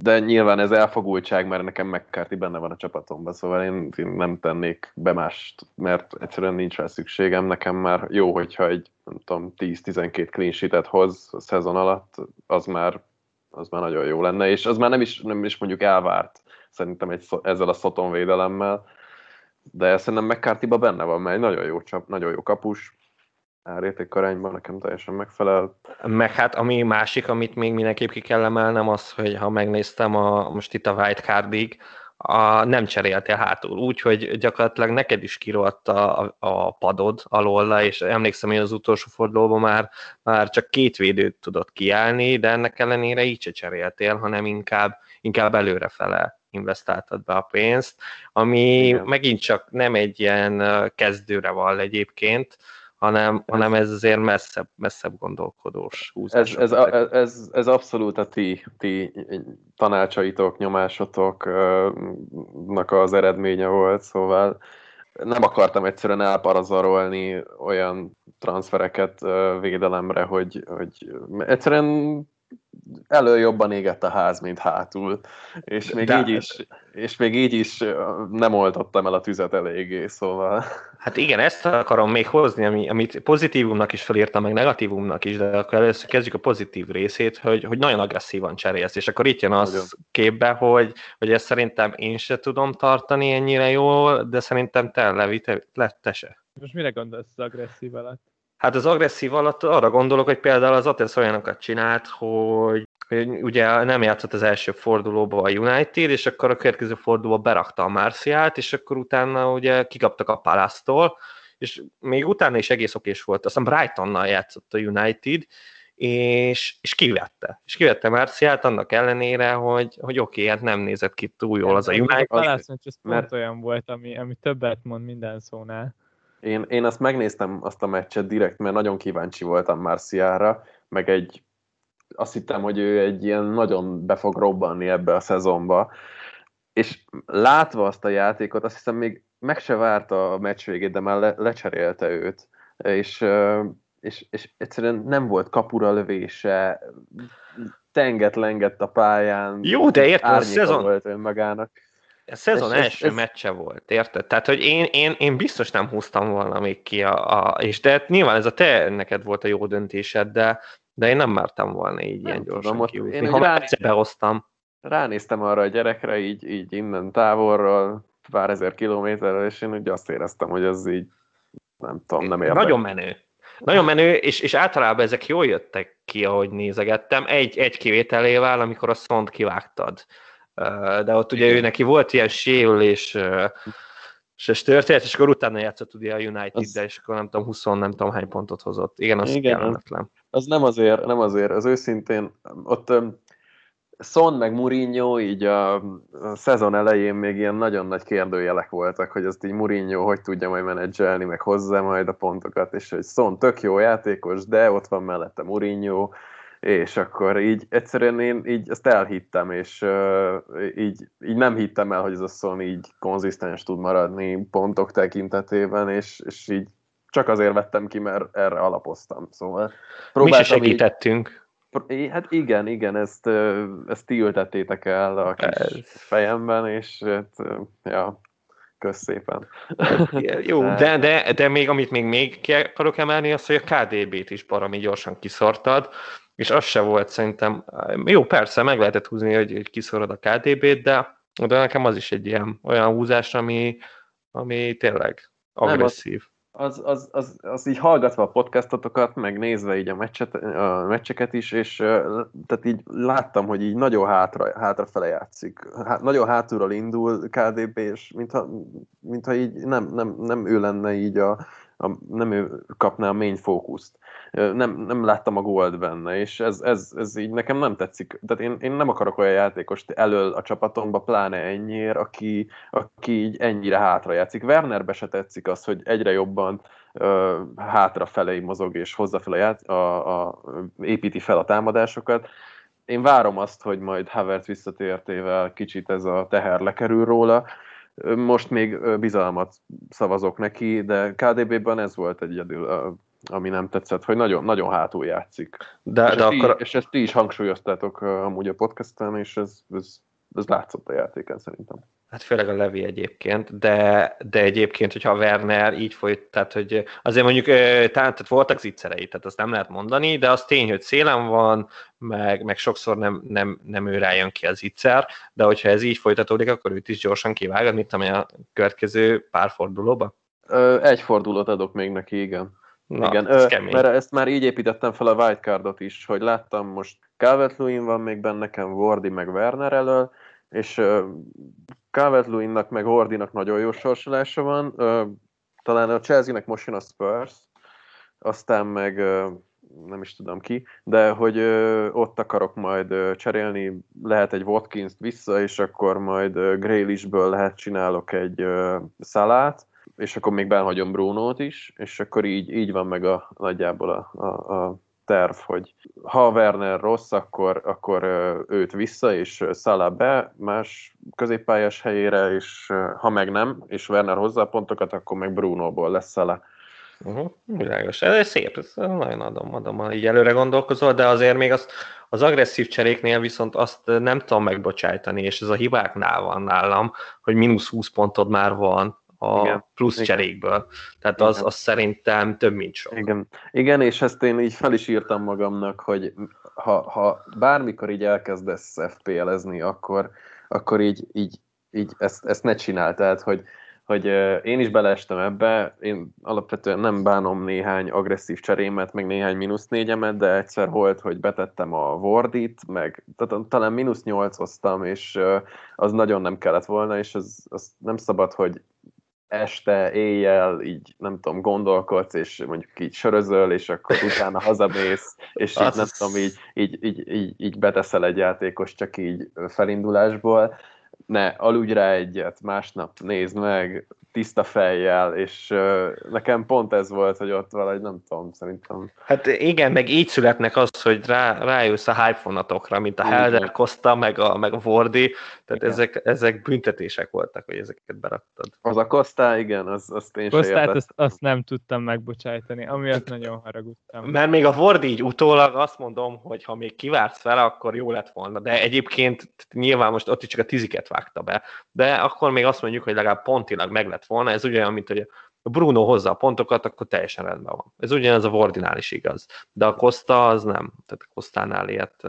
De nyilván ez elfogultság, mert nekem McCarthy benne van a csapatomban, szóval én nem tennék be mást, mert egyszerűen nincs rá szükségem. Nekem már jó, hogyha egy, nem tudom, 10-12 clean sheetet hoz a szezon alatt, az már nagyon jó lenne, és az már nem is mondjuk elvárt, szerintem ezzel a Sutton védelemmel, de szerintem McCarthy-ba benne van, mert egy nagyon jó kapus, árértékarányban nekem teljesen megfelel. Meg hát ami másik, amit még mindenképp ki kell emelnem, az, hogy ha megnéztem most itt a wildcardig, nem cseréltél hátul, úgyhogy gyakorlatilag neked is kirohadt a padod alóla, és emlékszem, hogy az utolsó fordulóban már csak 2 védőt tudott kiállni, de ennek ellenére így se cseréltél, hanem inkább előrefele investáltad be a pénzt, ami igen, megint csak nem egy ilyen kezdőre van egyébként, hanem ez azért messzebb gondolkodós húzás. Ez abszolút a ti tanácsaitok, nyomásotoknak az eredménye volt, szóval nem akartam egyszerűen elparazarolni olyan transfereket védelemre, hogy egyszerűen elő jobban égett a ház, mint hátul, és még így is nem oltottam el a tüzet eléggé, szóval... Hát igen, ezt akarom még hozni, amit pozitívumnak is felírtam, meg negatívumnak is, de akkor először kezdjük a pozitív részét, hogy nagyon agresszívan cserélsz, és akkor itt jön az képbe, hogy ezt szerintem én se tudom tartani ennyire jól, de szerintem te se. Most mire gondolsz az agresszív alatt? Hát az agresszív alatt arra gondolok, hogy például az Atesz olyanokat csinált, hogy ugye nem játszott az első fordulóba a United, és akkor a következő fordulóba berakta a Martialt, és akkor utána ugye kikaptak a Palace-tól, és még utána is egész okés volt. Aztán Brightonnal játszott a United, és kivette Martialt annak ellenére, hogy oké, hát nem nézett ki túl jól az a United. A Palace ez pont olyan volt, ami többet mond minden szónál. Én azt megnéztem, azt a meccset direkt, mert nagyon kíváncsi voltam Martialra, meg azt hittem, hogy ő egy ilyen nagyon be fog robbanni ebbe a szezonba, és látva azt a játékot, azt hiszem még meg se várta a meccs végét, de már lecserélte őt, és egyszerűen nem volt kapura lövése, lengett a pályán. Jó, de érted, a szezon volt önmagának. A szezon első meccse volt, érted? Tehát, hogy én biztos nem húztam volna még ki és de nyilván neked volt a jó döntésed, de én nem mertem volna így ilyen gyorsan kihúzni. Ha már egyszer behoztam. Ránéztem arra a gyerekre, így innen távolról, pár ezer kilométerrel, és én úgy azt éreztem, hogy ez így, nem tudom, nem érdekel. Nagyon menő. Nagyon menő, és általában ezek jól jöttek ki, ahogy nézegettem. Egy kivételével, amikor a Sont kivágtad. De ott ugye ő neki volt ilyen sérülés történet, és akkor utána játszott ugye a United-de, és akkor nem tudom, 20 nem tudom hány pontot hozott. Igen, az kellemetlen. Az nem azért, az őszintén, ott Son meg Mourinho így a szezon elején még ilyen nagyon nagy kérdőjelek voltak, hogy azt így Mourinho hogy tudja majd menedzselni, meg hozzá majd a pontokat, és hogy Son tök jó játékos, de ott van mellette Mourinho, és akkor így egyszerűen én így ezt elhittem, és így nem hittem el, hogy ez a Son így konzisztens tud maradni pontok tekintetében, és így csak azért vettem ki, mert erre alapoztam. Szóval mi se segítettünk. Hát igen, ezt ti ültettétek el a kis fejemben, és ja, kösz szépen. Jó, de még amit még ki akarok emelni, az, hogy a KDB-t is baromi gyorsan kiszortad, és az se volt szerintem, jó, persze, meg lehetett húzni, hogy kiszorod a KDB-t, de nekem az is egy olyan húzás, ami tényleg agresszív. Az így hallgatva a podcastotokat, meg nézve így a meccseket is, és tehát így láttam, hogy így nagyon hátrafele játszik. Nagyon hátulról indul KDB, és mintha így nem ő lenne így nem ő kapná a main fókuszt. Nem láttam a gólt benne, és ez így nekem nem tetszik. Tehát én nem akarok olyan játékost elől a csapatomba, pláne ennyiért, aki így ennyire hátra játszik. Wernerbe se tetszik az, hogy egyre jobban hátrafelé mozog, és hozzáfele építi fel a támadásokat. Én várom azt, hogy majd Havertz visszatértével kicsit ez a teher lekerül róla. Most még bizalmat szavazok neki, de KDB-ben ez volt egyedül ami nem tetszett, hogy nagyon, nagyon hátul játszik. És ezt ti is hangsúlyoztátok amúgy a podcasten, és ez látszott a játéken szerintem. Hát főleg a Levi egyébként, de egyébként, hogyha a Werner így folyt, tehát hogy azért mondjuk tehát voltak zicserei, tehát azt nem lehet mondani, de az tény, hogy szélen van, meg sokszor nem ő rájön ki az zicser, de hogyha ez így folytatódik, akkor őt is gyorsan kivágod, mint amely a következő pár fordulóba. Egy fordulót adok még neki, igen. Na, igen. Mert ezt már így építettem fel a wildcardot is, hogy láttam most Calvert-Lewin van még benne, nekem Wardy meg Werner elől, és Calvert-Lewinnak meg Wardynak nagyon jó sorsolása van. Talán a Chelsea-nek most jön a Spurs, aztán meg nem is tudom ki, de hogy ott akarok majd cserélni, lehet egy Watkins-t vissza, és akkor majd Grealishből lehet csinálok egy Salát, és akkor még benhagyom Brunót is, és akkor így van meg nagyjából a terv, hogy ha Werner rossz, akkor őt vissza, és Salah be más középpályás helyére, és ha meg nem, és Werner hozzá a pontokat, akkor meg Brunóból lesz Salah. Világos. Ez szép, ez nagyon adom, ha így előre gondolkozol, de azért még az agresszív cseréknél viszont azt nem tudom megbocsájtani, és ez a hibáknál van nálam, hogy -20 pontod már van a plusz cserékből. Tehát az szerintem több, mint sok. Igen, és ezt én így fel is írtam magamnak, hogy ha bármikor így elkezdesz FPL-ezni, akkor így ezt ne csinál. Tehát, hogy én is beleestem ebbe, én alapvetően nem bánom néhány agresszív cserémet, meg néhány -4-emet, de egyszer volt, hogy betettem a Wardit, meg talán -8-oztam, és az nagyon nem kellett volna, és az nem szabad, hogy este, éjjel, így nem tudom, gondolkodsz, és mondjuk így sörözöl, és akkor utána hazamész, és így nem tudom, így beteszel egy játékos csak így felindulásból. Ne, aludj rá egyet, másnap nézd meg, tiszta fejjel, és nekem pont ez volt, hogy ott valahogy nem tudom, szerintem. Hát igen, meg így születnek az, hogy rájössz a hype vonatokra, mint a Helder Costa, meg a Wardy, tehát ezek büntetések voltak, hogy ezeket beraktad. Az a Costa, igen, azt én sem értettem. Azt nem tudtam megbocsájtani, amiatt nagyon haragudtam. Mert még a Wardy így utólag azt mondom, hogy ha még kivársz vele, akkor jó lett volna, de egyébként nyilván most ott is csak a 10-et vágta be, de akkor még azt mondjuk, hogy legalább pontilag meg lett volna, ez ugyanolyan, mint hogy a Bruno hozza a pontokat, akkor teljesen rendben van. Ez ugyanaz a Wardynál is igaz, de a Costa az nem, tehát a Costánál ilyet...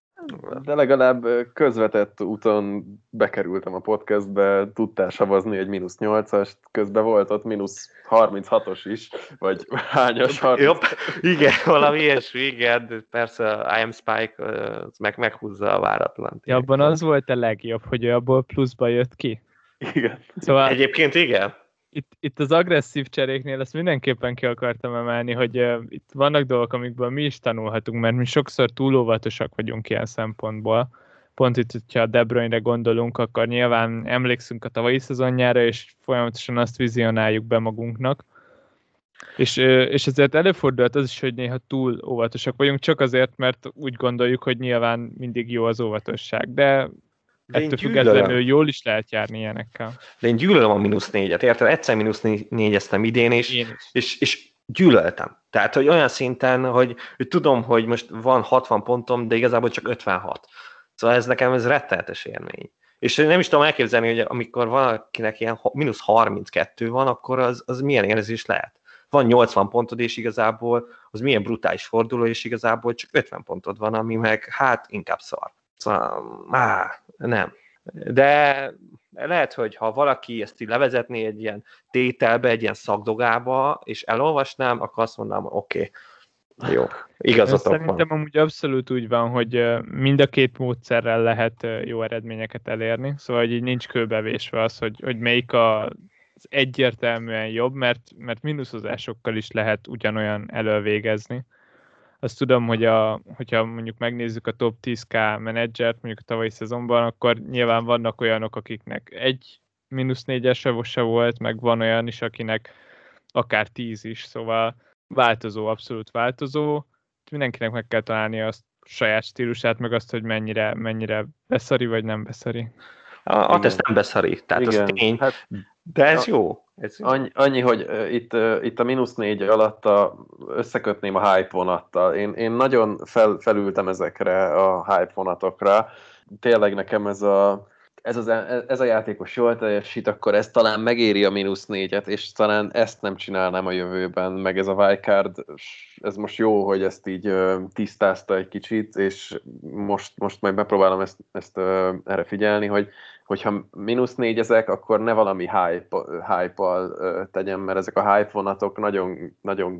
De legalább közvetett úton bekerültem a podcastbe, tudtál savazni egy -8-ast, közben volt ott -36-os is, vagy hányas? Jobb, igen, valami ilyesmi, igen, persze I Am Spike meghúzza a váratlan. Ja, abban az volt a legjobb, hogy ő abból pluszba jött ki. Igen. Szóval egyébként igen. Itt az agresszív cseréknél ezt mindenképpen ki akartam emelni, hogy itt vannak dolgok, amikből mi is tanulhatunk, mert mi sokszor túl óvatosak vagyunk ilyen szempontból. Pont itt, hogyha a De Bruyne-re gondolunk, akkor nyilván emlékszünk a tavalyi szezonjára, és folyamatosan azt vizionáljuk be magunknak. És ezért előfordult az is, hogy néha túl óvatosak vagyunk, csak azért, mert úgy gondoljuk, hogy nyilván mindig jó az óvatosság, de ettől függetlenül jól is lehet járni ilyenekkel. De én gyűlölöm a -4-et, érted? Egyszer -4-eztem idén és gyűlöltem. Tehát, hogy olyan szinten, hogy tudom, hogy most van 60 pontom, de igazából csak 56. Szóval ez rettenetes élmény. És nem is tudom elképzelni, hogy amikor valakinek ilyen -32 van, akkor az milyen érzés lehet. Van 80 pontod, és igazából az milyen brutális forduló, és igazából csak 50 pontod van, ami meg hát inkább szar. Szóval, nem. De lehet, hogy ha valaki ezt így levezetné egy ilyen tételbe, egy ilyen szakdogába, és elolvasnám, akkor azt mondanám, oké, jó, igazatok van. Szerintem amúgy abszolút úgy van, hogy mind a két módszerrel lehet jó eredményeket elérni, szóval hogy így nincs kőbevésve az, hogy melyik az egyértelműen jobb, mert mínuszozásokkal is lehet ugyanolyan elölvégezni. Azt tudom, hogy hogyha mondjuk megnézzük a top 10K menedzsert, mondjuk a tavalyi szezonban, akkor nyilván vannak olyanok, akiknek egy -4-es se volt, meg van olyan is, akinek akár 10 is, szóval változó, abszolút változó. Mindenkinek meg kell találni a saját stílusát, meg azt, hogy mennyire beszari, vagy nem beszari. A teszt nem beszari, tehát igen. Az tény, hát, de ez jó. Annyi, hogy itt a -4 alatt összekötném a hype vonattal. Én nagyon felültem ezekre a hype vonatokra. Tényleg nekem ez a játékos jól teljesít, akkor ez talán megéri a -4-et, és talán ezt nem csinálnám a jövőben, meg ez a wildcard, ez most jó, hogy ezt így tisztázta egy kicsit, és most majd megpróbálom ezt erre figyelni, hogyha -4 ezek, akkor ne valami hype-al tegyem, mert ezek a hype vonatok nagyon, nagyon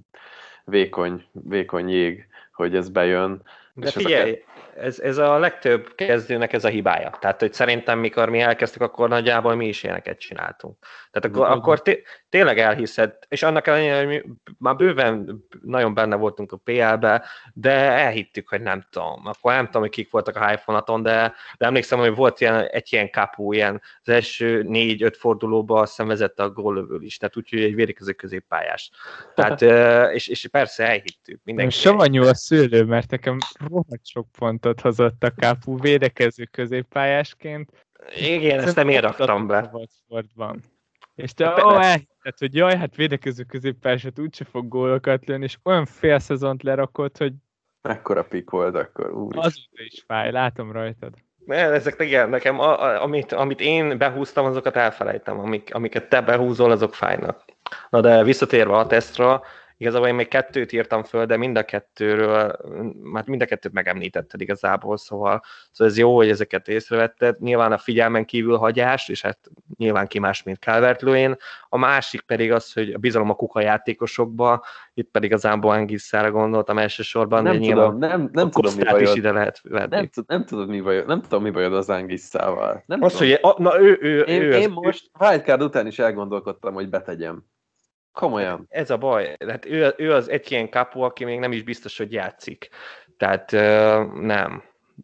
vékony jég, hogy ez bejön. De figyelj, ez a legtöbb kezdőnek ez a hibája. Tehát, hogy szerintem mikor mi elkezdtük, akkor nagyjából mi is ilyeneket csináltunk. Tehát akkor tényleg elhiszed, és annak ellenére, hogy mi már bőven nagyon benne voltunk a PL-be, de elhittük, hogy nem tudom. Akkor nem tudom, hogy kik voltak a hype vonaton, de emlékszem, hogy volt egy ilyen kapu, ilyen az első 4-5 fordulóban azt hiszem vezette a góllövő is, tehát úgyhogy egy védekező középpályás. Tehát, és persze elhittük. Savanyú a szőlő, mert nekem rohadt sok pontot hozott a kápú védekező középpályásként. Igen, ezt nem én raktam be. És te elhitted, hogy jaj, hát védekező középpályásat úgyse fog gólokat lőni, és olyan fél szezont lerakott, hogy... Mekkora pik volt akkor, úr. Azóta is fáj, látom rajtad. Ezek igen, nekem amit én behúztam, azokat elfelejtem, amiket te behúzol, azok fájnak. Na de visszatérve a tesztra, igazából én még 2 írtam föl, de mind a kettőt megemlítetted igazából, szóval ez jó, hogy ezeket észrevetted. Nyilván a figyelmen kívül hagyás, és hát nyilván ki más, mint Calvert-Lewin. A másik pedig az, hogy a bizalom a kuka játékosokba, itt pedig az Anguissára gondoltam elsősorban, de nyilván nem tudom, mi bajod. Is ide lehet venni. Nem tudom, mi bajod az Anguissával. Én most wildcard után is elgondolkodtam, hogy betegyem. Komolyan. Ez a baj. Hát ő az egy ilyen kapu, aki még nem is biztos, hogy játszik. Tehát nem.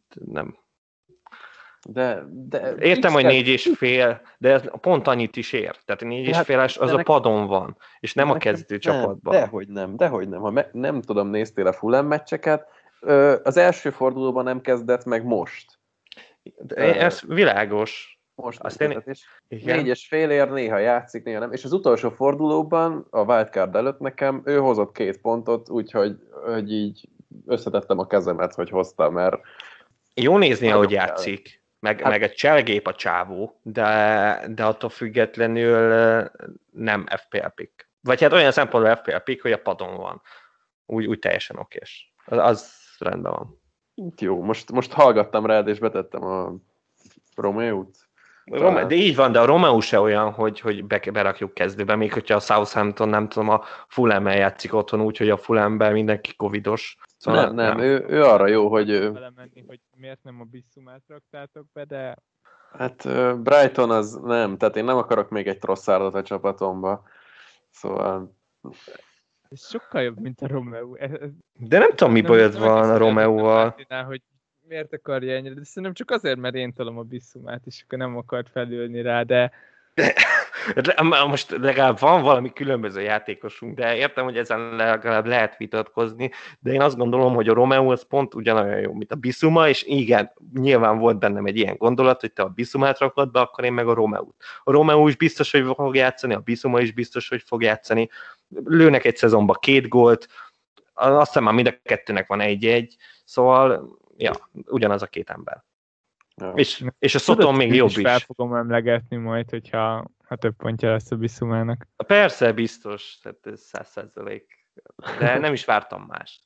De értem, hogy 4,5, de ez pont annyit is ér. Tehát 4,5-es az a padon van, és nem a kezdő csapatban. Dehogy nem. Ha nem tudom, néztél a Fulham meccseket, az első fordulóban nem kezdett meg most. Ez világos. Most azt 4,5 ér, néha játszik, néha nem. És az utolsó fordulóban, a wildcard előtt nekem, ő hozott 2 pontot, úgyhogy így összetettem a kezemet, hogy hozta, mert... Jó nézni, ahogy játszik, meg egy cselgép a csávó, de attól függetlenül nem FPL pick. Vagy hát olyan szempontból FPL pick, hogy a padon van. Úgy teljesen okés. Az rendben van. Jó, most hallgattam rád, és betettem a Romeót. De így van, de a Romeo se olyan, hogy berakjuk kezdőbe, még hogyha a Southampton, nem tudom, a Fulham-el játszik otthon úgy, hogy a Fulhamben mindenki covidos. Szóval nem. Ő arra jó, hogy... Menni, hogy miért nem a Bissumát raktátok be, de... Hát Brighton az nem, tehát én nem akarok még egy Trossardot a csapatomba. Szóval... Ez sokkal jobb, mint a Romeo. De nem tudom, mi bajod van a Romeóval. Hogy miért akarja ennyire, de szerintem csak azért, mert én tolom a Bissumát, és akkor nem akart felülni rá, de... Most legalább van valami különböző játékosunk, de értem, hogy ezen legalább lehet vitatkozni, de én azt gondolom, hogy a Romeo az pont ugyanolyan jó, mint a Bissuma, és igen, nyilván volt bennem egy ilyen gondolat, hogy te a Bissumát rakod be, akkor én meg a Romeót. A Romeo is biztos, hogy fog játszani, a Bissuma is biztos, hogy fog játszani. Lőnek egy szezonban 2 gólt, azt hiszem már mind a kettőnek van 1-1, szóval ja, ugyanaz a 2 ember. Ja. És a Soton még jobb is. Fel fogom emlegetni majd, hogyha több pontja lesz a Bissumának. Persze, biztos, tehát ez 100%. De nem is vártam mást.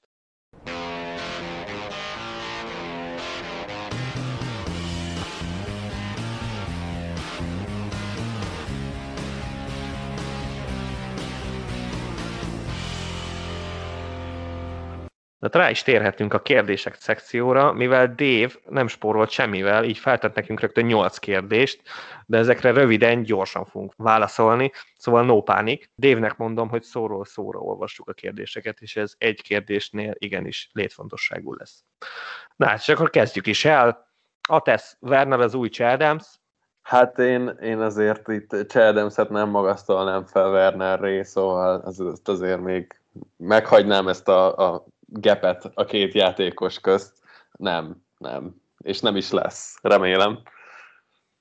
De rá is térhetünk a kérdések szekcióra, mivel Dave nem spórolt semmivel, így feltett nekünk rögtön 8 kérdést, de ezekre röviden, gyorsan fogunk válaszolni, szóval no pánik. Dave-nek mondom, hogy szóról szóra olvassuk a kérdéseket, és ez egy kérdésnél igenis létfontosságú lesz. Na, és akkor kezdjük is el. Atesz, Werner az új Che Adams? Hát én azért itt Che Adamset nem magasztalnám fel Wernerré, szóval azért még meghagynám ezt a gapet a 2 játékos közt. Nem. És nem is lesz, remélem.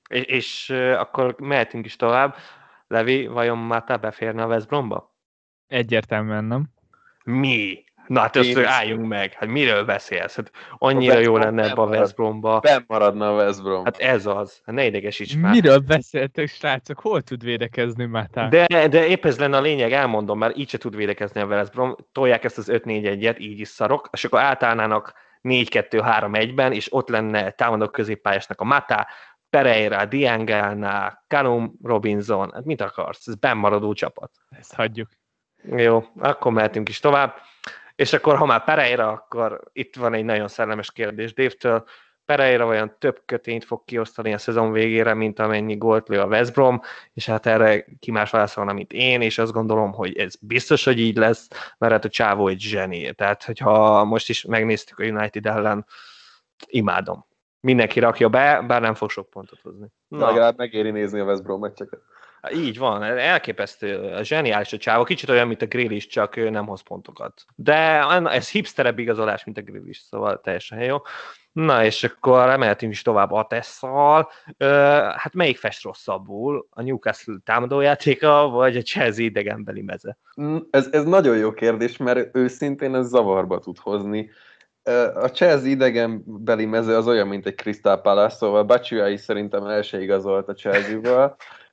És akkor mehetünk is tovább. Levi, vajon Mata beférne a West Bromba? Egyértelműen nem. Mi? Na hát azt álljunk meg. Hát miről beszélsz? Hát annyira jó lenne ebbe a West Bromba. Benn maradna a West Brom. Hát ez az. Hát ne idegesíts már. Miről beszéltek, srácok? Hol tud védekezni Mata? De épp ez lenne a lényeg, elmondom, mert így se tud védekezni a West Brom. Tolják ezt az 5-4-1-et, így is szarok, és akkor átállnának 4-2-3-1-ben, és ott lenne támadók középpályásnak a Mata, Pereira, Diangelna, Callum Robinson, hát mit akarsz? Ez bennmaradó csapat. Ezt hagyjuk. Jó, akkor mehetünk is tovább. És akkor, ha már Pereira, akkor itt van egy nagyon szellemes kérdés Dave-től. Pereira olyan több kötényt fog kiosztani a szezon végére, mint amennyi gólt lő a West Brom, és hát erre ki más válaszolna, mint én, és azt gondolom, hogy ez biztos, hogy így lesz, mert hát a csávó egy zseni. Tehát, hogyha most is megnéztük a United ellen, imádom. Mindenki rakja be, bár nem fog sok pontot hozni. Na. Legalább megéri nézni a West Brom meccseket. Így van, elképesztő, zseniális a csávó, kicsit olyan, mint a Grealish, csak ő nem hoz pontokat. De ez hipsterebb igazolás, mint a Grealish, szóval teljesen jó. Na, és akkor emeltünk is tovább Atesszal. Hát melyik fest rosszabbul? A Newcastle támadójátéka, vagy a Chelsea idegenbeli meze? Ez nagyon jó kérdés, mert őszintén ez zavarba tud hozni. A Chelsea idegenbeli meze az olyan, mint egy Crystal Palace, szóval Batshuayi szerintem el se igazolt a Chelsea-val.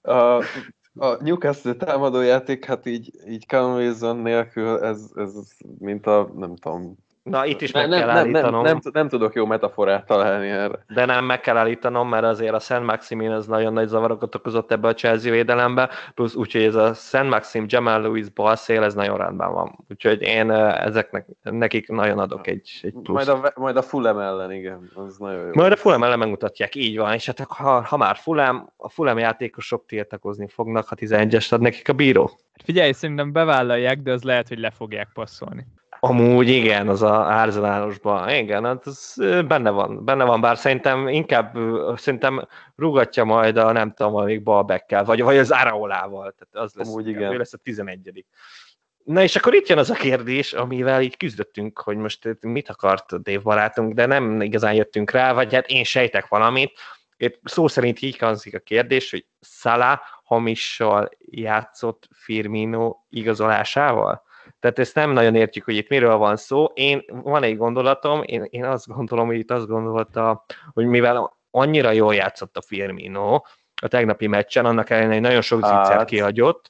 A Newcastle támadójáték, hát így Callum Wilson nélkül ez mint a, nem tudom. Na, itt is meg kell állítanom. Nem tudok jó metaforát találni erre. De nem meg kell állítanom, mert azért a Saint Maximin az nagyon nagy zavarokat okozott ebbe a Chelsea védelembe, plusz úgyhogy ez a Saint Maxim, Jamal Lewis balszél, ez nagyon rendben van. Úgyhogy én nekik nagyon adok egy plusz. Majd a Fulham ellen, igen, az nagyon jó. Majd a Fulham ellen megmutatják, így van, és hát ha már a Fulham játékosok tiltakozni fognak, ha 11-est ad nekik a bíró. Figyelj, szerintem bevállalják, de az lehet, hogy le fogják passzolni. Amúgy igen, az a Arsenalosban, igen, hát az benne van, bár szerintem rúgatja majd a nem tudom, amíg Balbeckkel, vagy az Araolával, tehát az lesz, amúgy igen. Ő lesz a 11. Na és akkor itt jön az a kérdés, amivel így küzdöttünk, hogy most mit akart Dave barátunk, de nem igazán jöttünk rá, vagy hát én sejtek valamit. Itt szó szerint így hangzik a kérdés, hogy Salah hamissal játszott Firmino igazolásával? Tehát ezt nem nagyon értjük, hogy itt miről van szó. Van egy gondolatom, én azt gondolom, hogy itt azt gondolta, hogy mivel annyira jól játszott a Firmino a tegnapi meccsen, annak ellenére, hogy nagyon sok zicsert kihagyott,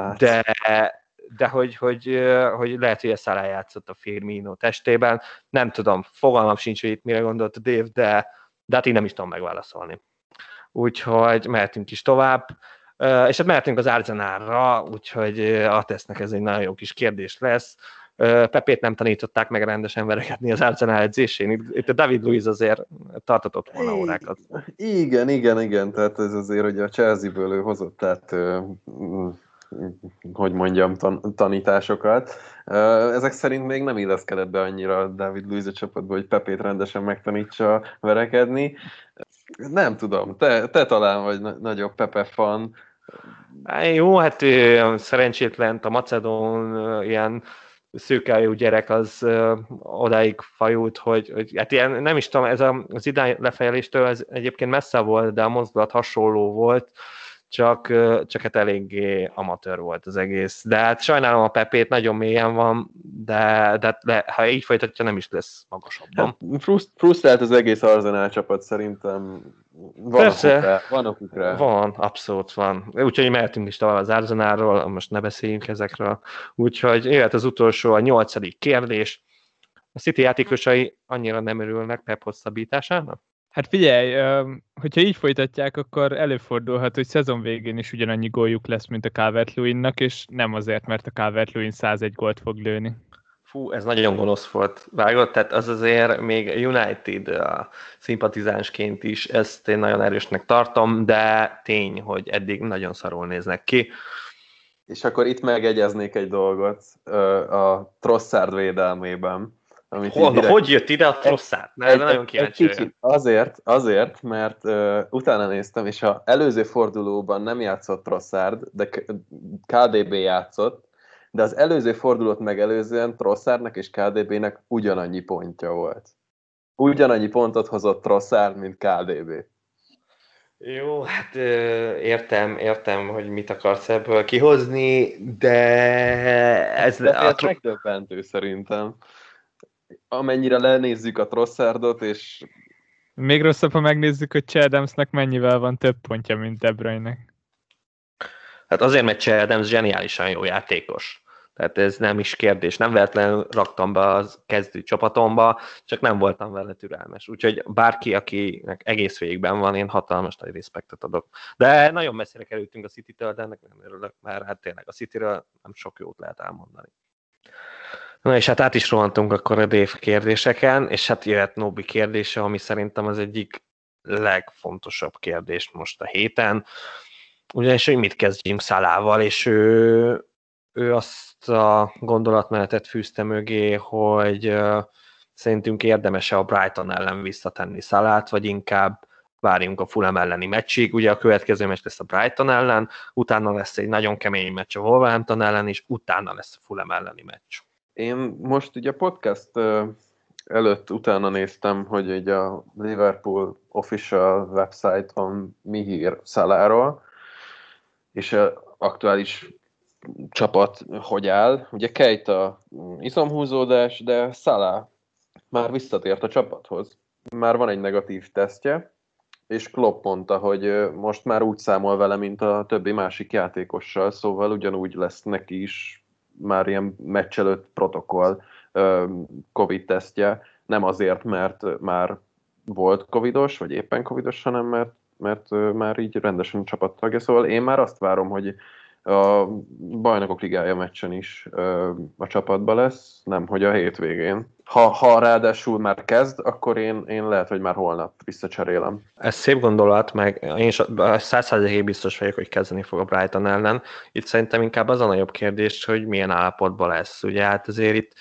de hogy lehet, hogy a Salah játszott a Firmino testében. Nem tudom, fogalmam sincs, hogy itt mire gondolt a Dave, de hát így nem is tudom megválaszolni. Úgyhogy mehetünk is tovább. És hát mehetünk az Arsenalra, úgyhogy Atesznek ez egy nagyon jó kis kérdés lesz. Pepét nem tanították meg rendesen verekedni az Arsenal edzésén. Itt a David Luiz azért tartatott volna órákat. Igen, tehát ez azért, hogy a Chelsea-ből ő hozott, tehát hogy mondjam, tanításokat. Ezek szerint még nem illeszkedett be annyira David Luiz a csapatba, hogy Pepét rendesen megtanítsa verekedni. Nem tudom, te talán vagy nagyobb Pepe fan. Jó, hát szerencsétlen a macedón ilyen szőkeájú gyerek az odáig fajult, hogy hát ilyen, nem is tudom, ez az idány lefejeléstől ez egyébként messze volt, de a mozdulat hasonló volt, csak hát eléggé amatőr volt az egész. De hát sajnálom a Pepét, nagyon mélyen van, de ha így folytatja, nem is lesz magasabban. Hát, frusztrált az egész Arsenal csapat szerintem. Van okuk rá. Van, abszolút van. Úgyhogy mehetünk is tovább az Arsenalról, most ne beszéljünk ezekről. Úgyhogy jöhet az utolsó, a 8. kérdés. A City játékosai annyira nem örülnek Pep hosszabbításának? Hát figyelj, hogyha így folytatják, akkor előfordulhat, hogy szezon végén is ugyanannyi góljuk lesz, mint a Calvert-Lewinnak, és nem azért, mert a Calvert-Lewin 101 gólt fog lőni. Fú, ez nagyon gonosz volt, vágott, tehát az azért még United szimpatizánsként is ezt én nagyon erősnek tartom, de tény, hogy eddig nagyon szarul néznek ki. És akkor itt megegyeznék egy dolgot a Trossard védelmében. Hogy jött ide a Trossard? Nagyon kíváncsi. Azért, mert utána néztem, és az előző fordulóban nem játszott Trossard, de KDB játszott, de az előző fordulót megelőzően Trossardnak és KDB-nek ugyanannyi pontja volt. Ugyanannyi pontot hozott Trossard, mint KDB. Jó, hát értem, hogy mit akarsz ebből kihozni, de ez ez megdöbbentő szerintem. Amennyire lenézzük a Trossardot, és... Még rosszabb, ha megnézzük, hogy Che Adamsnak mennyivel van több pontja, mint De Bruyne-nek. Hát azért, mert Che Adams zseniálisan jó játékos. Tehát ez nem is kérdés. Nem véletlenül raktam be az kezdő csapatomba, csak nem voltam vele türelmes. Úgyhogy bárki, akinek egész végben van, én hatalmas nagy respektet adok. De nagyon messzire kerültünk a City-től, de ennek nem örülök, mert hát tényleg a City-ről nem sok jót lehet elmondani. Na és hát át is rohantunk akkor a Dave kérdéseken, és hát jöhet Nobi kérdése, ami szerintem az egyik legfontosabb kérdés most a héten. Ugyanis, hogy mit kezdjünk Salával, és ő azt a gondolatmenetet fűzte mögé, hogy szerintünk érdemes-e a Brighton ellen visszatenni Salát, vagy inkább várjunk a Fulham elleni meccsig. Ugye a következő meccs lesz a Brighton ellen, utána lesz egy nagyon kemény meccs a Wolverhampton ellen, és utána lesz a Fulham elleni meccs. Én most ugye a podcast előtt utána néztem, hogy ugye a Liverpool official website-on mi hír Saláról, és aktuális csapat hogy áll. Ugye Keita izomhúzódás, de Salah már visszatért a csapathoz. Már van egy negatív tesztje, és Klopp mondta, hogy most már úgy számol vele, mint a többi másik játékossal, szóval ugyanúgy lesz neki is már ilyen meccs előtt protokoll Covid-tesztje, nem azért, mert már volt covidos, vagy éppen covidos, hanem mert már így rendesen csapattagja. Szóval én már azt várom, hogy a Bajnokok Ligája meccsen is a csapatba lesz, nem hogy a hétvégén. Ha ráadásul már kezd, akkor én lehet, hogy már holnap visszacserélem. Ez szép gondolat, meg én 100%-ig biztos vagyok, hogy kezdeni fog a Brighton ellen. Itt szerintem inkább az a nagyobb kérdés, hogy milyen állapotban lesz. Ugye hát azért itt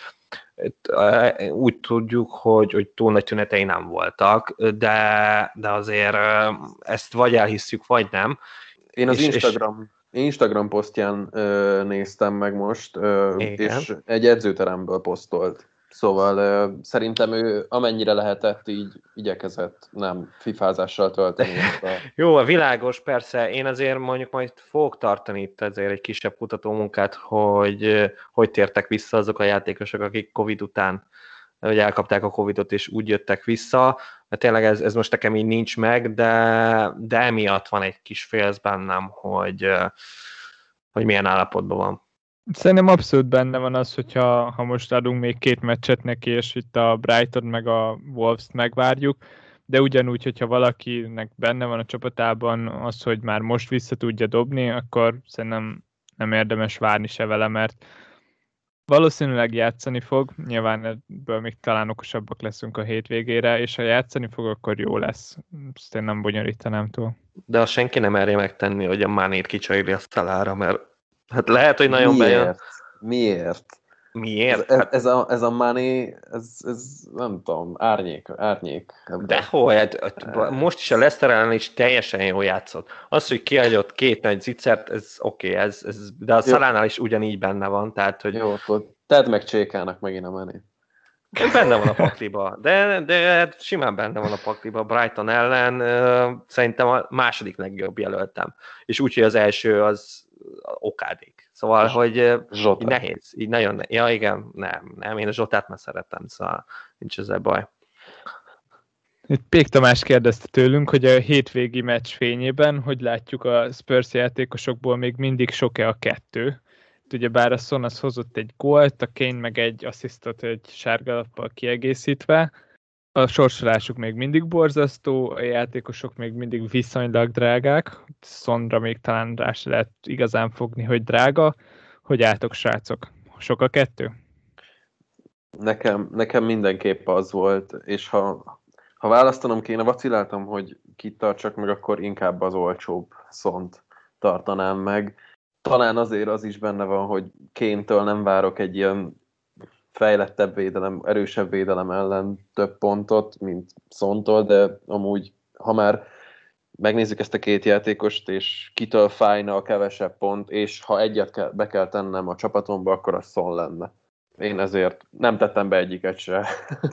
úgy tudjuk, hogy túl nagy tünetei nem voltak, de azért ezt vagy elhisszük, vagy nem. Én az Instagram posztján néztem meg most, és egy edzőteremből posztolt. Szóval szerintem ő amennyire lehetett, így igyekezett nem fifázással tölteni. Jó, a világos, persze. Én azért mondjuk majd fogok tartani itt ezért egy kisebb kutatómunkát, hogy tértek vissza azok a játékosok, akik Covid után, hogy elkapták a Covidot és úgy jöttek vissza, mert tényleg ez most nekem így nincs meg, de emiatt van egy kis félsz bennem, hogy milyen állapotban van. Szerintem abszolút benne van az, hogyha most adunk még 2 meccset neki, és itt a Brighton meg a Wolves-t megvárjuk, de ugyanúgy, hogyha valakinek benne van a csapatában az, hogy már most vissza tudja dobni, akkor szerintem nem érdemes várni se vele, mert valószínűleg játszani fog, nyilván ebből még talán okosabbak leszünk a hétvégére, és ha játszani fog, akkor jó lesz. Ezt én nem bonyolítanám túl. De azt senki nem merje megtenni, hogy a Manét kicserélni a Salára, mert hát lehet, hogy nagyon bejön. Miért? Ez a Mané, ez nem tudom, árnyék. Dehogy, hát most is a Leicester ellen is teljesen jól játszott. Az, hogy kiadott 2 nagy zicert, ez oké, de a Salánál is ugyanígy benne van, tehát, hogy... Jó, akkor tedd meg Csékának megint a Mané. Benne van a pakliba, de simán benne van a pakliba. Brighton ellen szerintem a második legjobb jelöltem. És úgyhogy az első az okádék. Szóval, hogy így nehéz. Így nagyon ja, igen, nem, én a Zsotát már szeretem, szóval nincs ezzel baj. Itt Pék Tamás kérdezte tőlünk, hogy a hétvégi meccs fényében, hogy látjuk a Spurs játékosokból még mindig sok-e a 2. Ugyebár a Son az hozott egy gólt, a Kane meg egy asszisztot egy sárgalappal kiegészítve. A sorsolásuk még mindig borzasztó, a játékosok még mindig viszonylag drágák. Sonra még talán rá se lehet igazán fogni, hogy drága. Hogy álltok, srácok? Sok a 2? Nekem mindenképp az volt, és ha választanom kéne, vaciláltam, hogy kit tartsak meg, akkor inkább az olcsóbb Sont tartanám meg. Talán azért az is benne van, hogy Kane-től nem várok egy ilyen fejlettebb védelem, erősebb védelem ellen több pontot, mint Sontól, de amúgy, ha már megnézzük ezt a 2 játékost, és kitől fájna a kevesebb pont, és ha egyet be kell tennem a csapatomba, akkor az Son lenne. Én ezért nem tettem be egyiket se,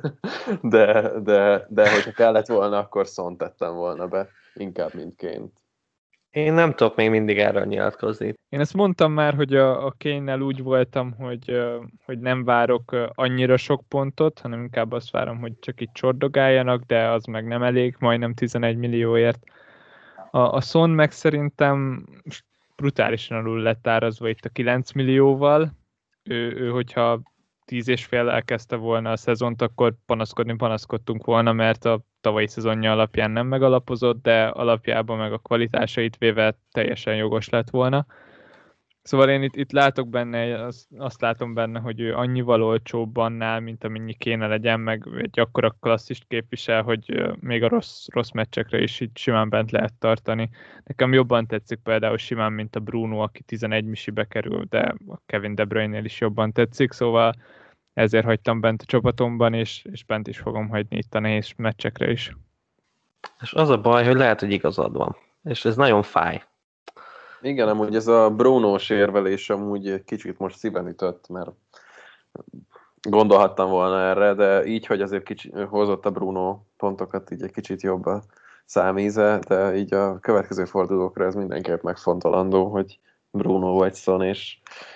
de hogyha kellett volna, akkor Son tettem volna be, inkább mint Kane. Én nem tudok még mindig erről nyilatkozni. Én ezt mondtam már, hogy a Kane-nel úgy voltam, hogy nem várok annyira sok pontot, hanem inkább azt várom, hogy csak itt csordogáljanak, de az meg nem elég, majdnem 11 millióért. A Son meg szerintem brutálisan alul lett árazva itt a 9 millióval. Ő hogyha 10,5 elkezdte volna a szezont, akkor panaszkodtunk volna, mert a tavalyi szezonja alapján nem megalapozott, de alapjában meg a kvalitásait véve teljesen jogos lett volna. Szóval én itt látok benne, azt látom benne, hogy ő annyival olcsóbb annál, mint amennyi kéne legyen, meg egy akkora klasszist képvisel, hogy még a rossz meccsekre is így simán bent lehet tartani. Nekem jobban tetszik például simán, mint a Bruno, aki 11 misibe kerül, de a Kevin De Bruyne-nél is jobban tetszik, szóval ezért hagytam bent a csapatomban, és bent is fogom hagyni itt a nehéz meccsekre is. És az a baj, hogy lehet, hogy igazad van. És ez nagyon fáj. Igen, amúgy ez a Bruno-s érvelés amúgy kicsit most szíven ütött, mert gondolhattam volna erre, de így, hogy azért hozott a Bruno pontokat, így egy kicsit jobb a számíze, de így a következő fordulókra ez mindenképp megfontolandó, hogy Bruno vagy Son, és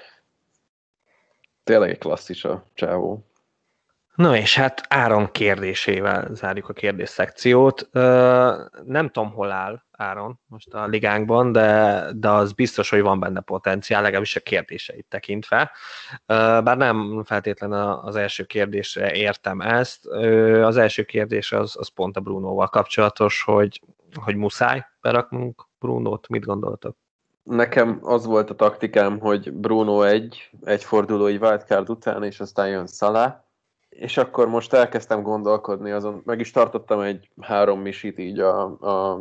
tényleg egy klasszis a csávó. Na és hát Áron kérdésével zárjuk a kérdés szekciót. Nem tudom, hol áll Áron most a ligánkban, de az biztos, hogy van benne potenciál, legalábbis a kérdéseit tekintve. Bár nem feltétlenül az első kérdésre értem ezt. Az első kérdés az pont a Brunóval kapcsolatos, hogy muszáj beraknunk Brunót. Mit gondoltok? Nekem az volt a taktikám, hogy Bruno egy fordulói wildcard után, és aztán jön Salah, és akkor most elkezdtem gondolkodni azon, meg is tartottam egy 3 misit így a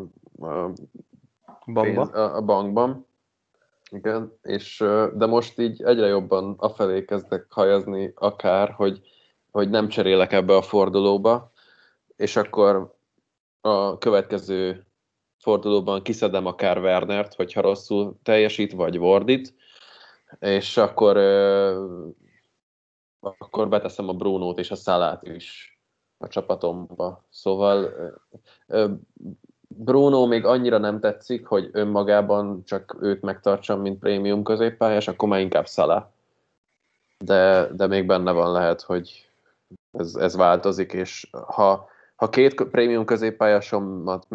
bankban. Igen, de most így egyre jobban afelé kezdek hajazni akár, hogy nem cserélek ebbe a fordulóba, és akkor a következő fordulóban kiszedem akár Wernert, hogyha rosszul teljesít, vagy Wardit, és akkor beteszem a Brunót és a Salát is a csapatomba. Szóval Bruno még annyira nem tetszik, hogy önmagában csak őt megtartsam, mint prémium középpályás, akkor már inkább Salah. De még benne van lehet, hogy ez változik, és ha 2 prémium középpályásomat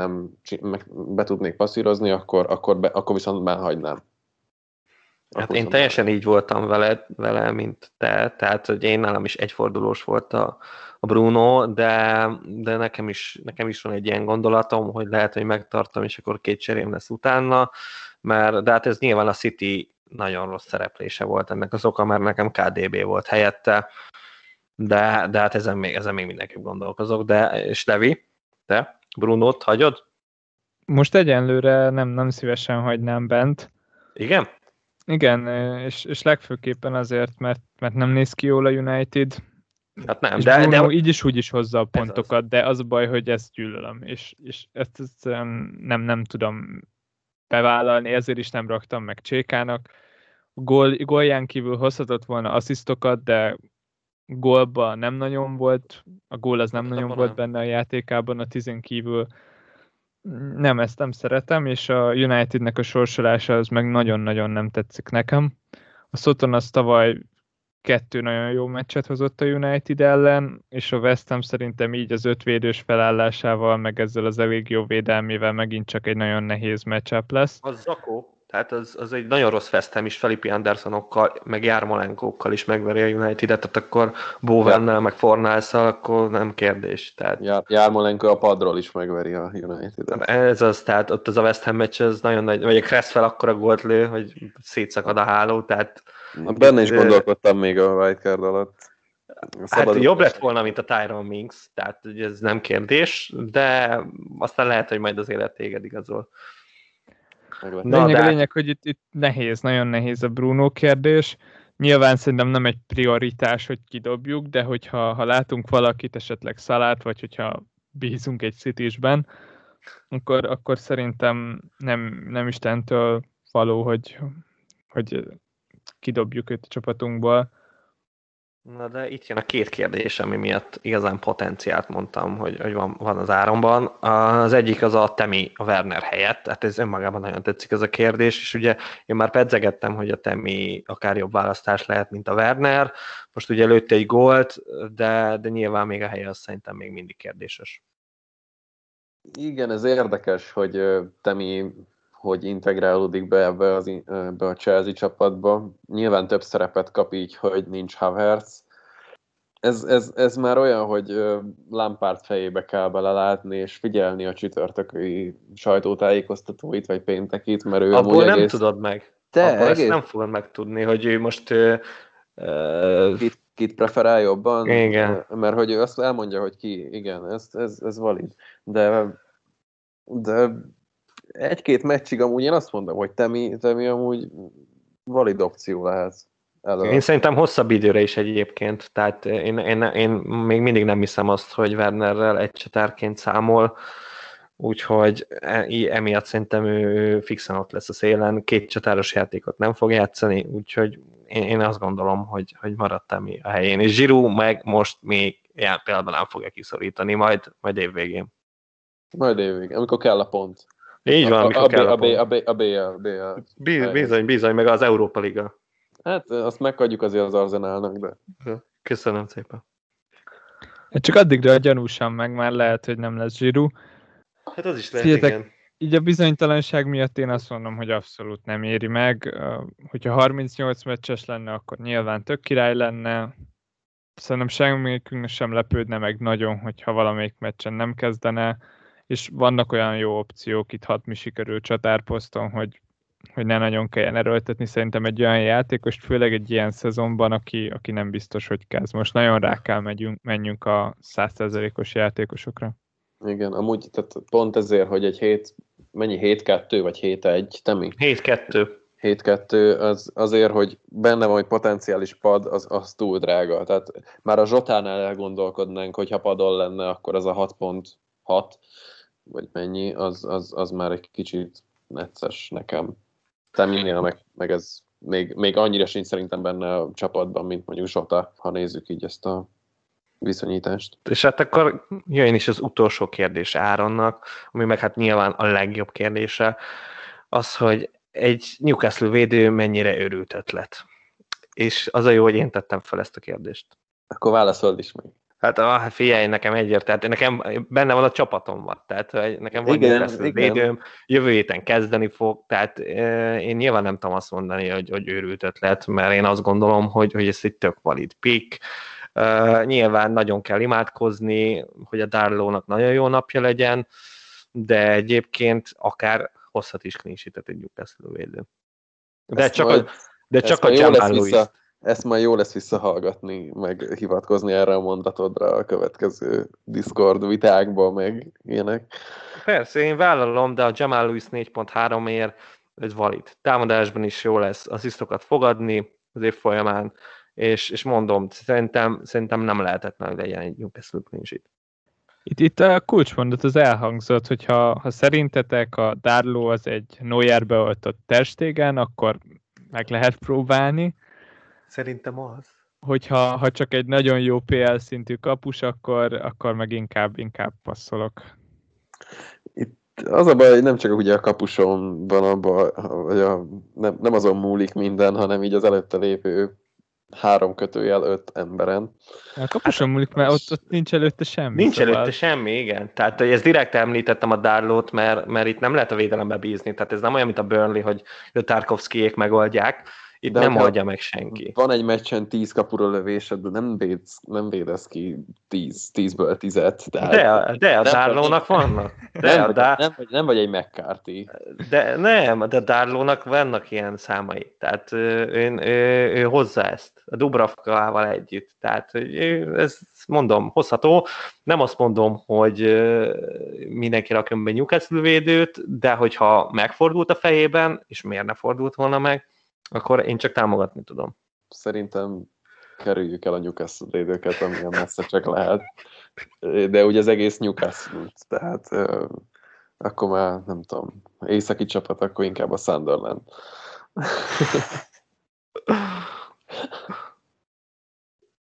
be tudnék passzírozni, akkor viszont már hagynám. Hát én teljesen így voltam vele, mint te, tehát hogy én nálam is egyfordulós volt a Bruno, de nekem is van egy ilyen gondolatom, hogy lehet, hogy megtartom, és akkor 2 cserém lesz utána, de hát ez nyilván a City nagyon rossz szereplése volt ennek az oka, mert nekem KDB volt helyette, de hát ezen még mindenképp gondolkozok, és Levi, te Brunót hagyod? Most egyenlőre nem szívesen hagynám bent. Igen? Igen, és legfőképpen azért, mert nem néz ki jól a United. Hát nem, de így is úgy is hozza a pontokat, de az a baj, hogy ezt gyűlölöm, és ezt nem tudom bevállalni, ezért is nem raktam meg Csékának. Gólján kívül hozhatott volna asszisztokat, de gólban nem nagyon volt, a gól az nem nagyon volt benne a játékában, a 10 kívül ezt nem szeretem, és a Unitednek a sorsolása az meg nagyon-nagyon nem tetszik nekem. A Soton az tavaly 2 nagyon jó meccset hozott a United ellen, és a West Ham szerintem így az 5 védős felállásával, meg ezzel az elég jó védelmével megint csak egy nagyon nehéz matchup lesz. Az zakó. Tehát az egy nagyon rossz West Ham is, Felipe Andersonokkal, meg Jarmolenkókkal is megveri a United-et, tehát akkor Bowennel, meg Fornalszal, akkor nem kérdés. Tehát... Jarmolenko a padról is megveri a United-et. Ez az, tehát ott az a West Ham meccs, az nagyon nagy, vagy a Cresswell akkora gólt lő, hogy szétszakad a háló, tehát... Benne is gondolkodtam még a wildcard alatt. Hát jobb lett volna, mint a Tyrone Mings, tehát ez nem kérdés, de aztán lehet, hogy majd az élet téged igazol. Lényeg, hogy itt nehéz, nagyon nehéz a Bruno kérdés. Nyilván szerintem nem egy prioritás, hogy kidobjuk, de hogyha látunk valakit, esetleg Salát, vagy hogyha bízunk egy City-sben, akkor szerintem nem Istentől való, hogy kidobjuk őt a csapatunkból. Na de itt jön a két kérdés, ami miatt igazán potenciált mondtam, hogy van az áramban. Az egyik az a Temi a Werner helyett, tehát ez önmagában nagyon tetszik ez a kérdés, és ugye én már pedzegettem, hogy a Temi akár jobb választás lehet, mint a Werner. Most ugye lőtte egy gólt, de nyilván még a helye az szerintem még mindig kérdéses. Igen, ez érdekes, hogy Temi hogy integrálódik be ebbe a Chelsea csapatba. Nyilván több szerepet kap így, hogy nincs Havertz. Ez már olyan, hogy Lampard fejébe kell belelátni, és figyelni a csütörtöki sajtótájékoztatóit, vagy péntekit, mert ő abból nem egész... tudod meg. Te abból egész... ezt nem fogod megtudni, hogy ő most... Kit preferál jobban? Igen. Mert hogy ő azt elmondja, hogy ki, igen, ez valid. De egy-két meccsig amúgy én azt mondom, hogy Temi amúgy valid opció lehet. Én szerintem hosszabb időre is egyébként, tehát én még mindig nem hiszem azt, hogy Wernerrel egy csatárként számol, úgyhogy emiatt szerintem ő fixen ott lesz a szélen, két csatáros játékot nem fog játszani, úgyhogy én azt gondolom, hogy maradt a helyén, és Giroud meg most még ilyen pillanatban nem fogja kiszorítani, majd évvégén. Majd évvégén, amikor kell a pont. Így van, amikor kell a pont. A BL. Bizony, meg az Európa Liga. Hát azt megadjuk azért az Arsenalnak, de... Köszönöm szépen. Csak addigra a gyanúsan meg már lehet, hogy nem lesz Giroud. Hát az is lehet, igen. Így a bizonytalanság miatt én azt mondom, hogy abszolút nem éri meg. Hogyha 38 meccses lenne, akkor nyilván tök király lenne. Szerintem semmikünknek sem lepődne meg nagyon, hogyha valamelyik meccsen nem kezdene, és vannak olyan jó opciók itt 6 sikerül csatárposzton, hogy ne nagyon kelljen erőltetni. Szerintem egy olyan játékos, főleg egy ilyen szezonban, aki nem biztos, hogy kezd. Most nagyon rá kell menjünk a 100%-os játékosokra. Igen, amúgy tehát pont ezért, hogy egy 7-2 vagy 7-1, Temi? 7-2. 7-2, azért, hogy benne van egy potenciális pad, az túl drága. Tehát már a Zsotánál elgondolkodnánk, hogy ha padon lenne, akkor az a 6.6, vagy mennyi, az már egy kicsit necces nekem. Teminél meg ez még annyira sincs szerintem benne a csapatban, mint mondjuk Zsota, ha nézzük így ezt a viszonyítást. És hát akkor jöjjön is az utolsó kérdés Áronnak, ami meg hát nyilván a legjobb kérdése, az, hogy egy Newcastle védő mennyire őrült ötlet. És az a jó, hogy én tettem fel ezt a kérdést. Akkor válaszold is meg. Hát figyelj, nekem egyért, nekem benne van a csapatomban, tehát nekem van Newcastle védőm, jövő héten kezdeni fog, tehát én nyilván nem tudom azt mondani, hogy őrült ötlet, mert én azt gondolom, hogy ez egy tök valid pick. Nyilván nagyon kell imádkozni, hogy a Darlónak nagyon jó napja legyen, de egyébként akár hozhat is clean sheetet egy Newcastle védő. De csak a Jamal Lewis. Ezt majd jó lesz visszahallgatni, meg hivatkozni erre a mondatodra a következő Discord vitákban, meg ilyenek. Persze, én vállalom, de a Jamal Lewis 4.3-ért ez valid. Támadásban is jó lesz asszisztokat fogadni az év folyamán, és mondom, szerintem nem lehetetlen, hogy legyen egy Newcastle clean sheet. Itt a kulcsmondat az elhangzott, hogy ha szerintetek a Darlow az egy Neuerbe oltott Ter Stegen, akkor meg lehet próbálni. Szerintem az. Hogyha csak egy nagyon jó PL szintű kapus, akkor meg inkább passzolok. Itt az a baj, hogy nem csak ugye a kapuson van abban, hogy nem azon múlik minden, hanem így az előtte lépő 3-5 emberen. A kapuson múlik, mert ott nincs előtte semmi. Nincs előtte semmi, igen. Tehát hogy ezt direkt említettem a Darlowt, mert itt nem lehet a védelembe bízni. Tehát ez nem olyan, mint a Burnley, hogy a Tarkovszkijék megoldják. Itt de nem oldja meg senki. Van egy meccsen 10 kapura lövésed, de nem védesz ki 10-ből 10-et. De a Darlownak vannak. Nem vagy egy McCarthy. De a Darlownak vannak ilyen számai. Tehát ő hozza ezt. A Dubravkával együtt. Tehát ez mondom, hozható. Nem azt mondom, hogy mindenki rakjon be Newcastle védőt, de hogyha megfordult a fejében, és miért ne fordult volna meg, akkor én csak támogatni tudom. Szerintem kerüljük el a Newcastle védőket, amilyen messze csak lehet. De ugye az egész Newcastle-t, tehát akkor már nem tudom, északi csapat, akkor inkább a Sunderland.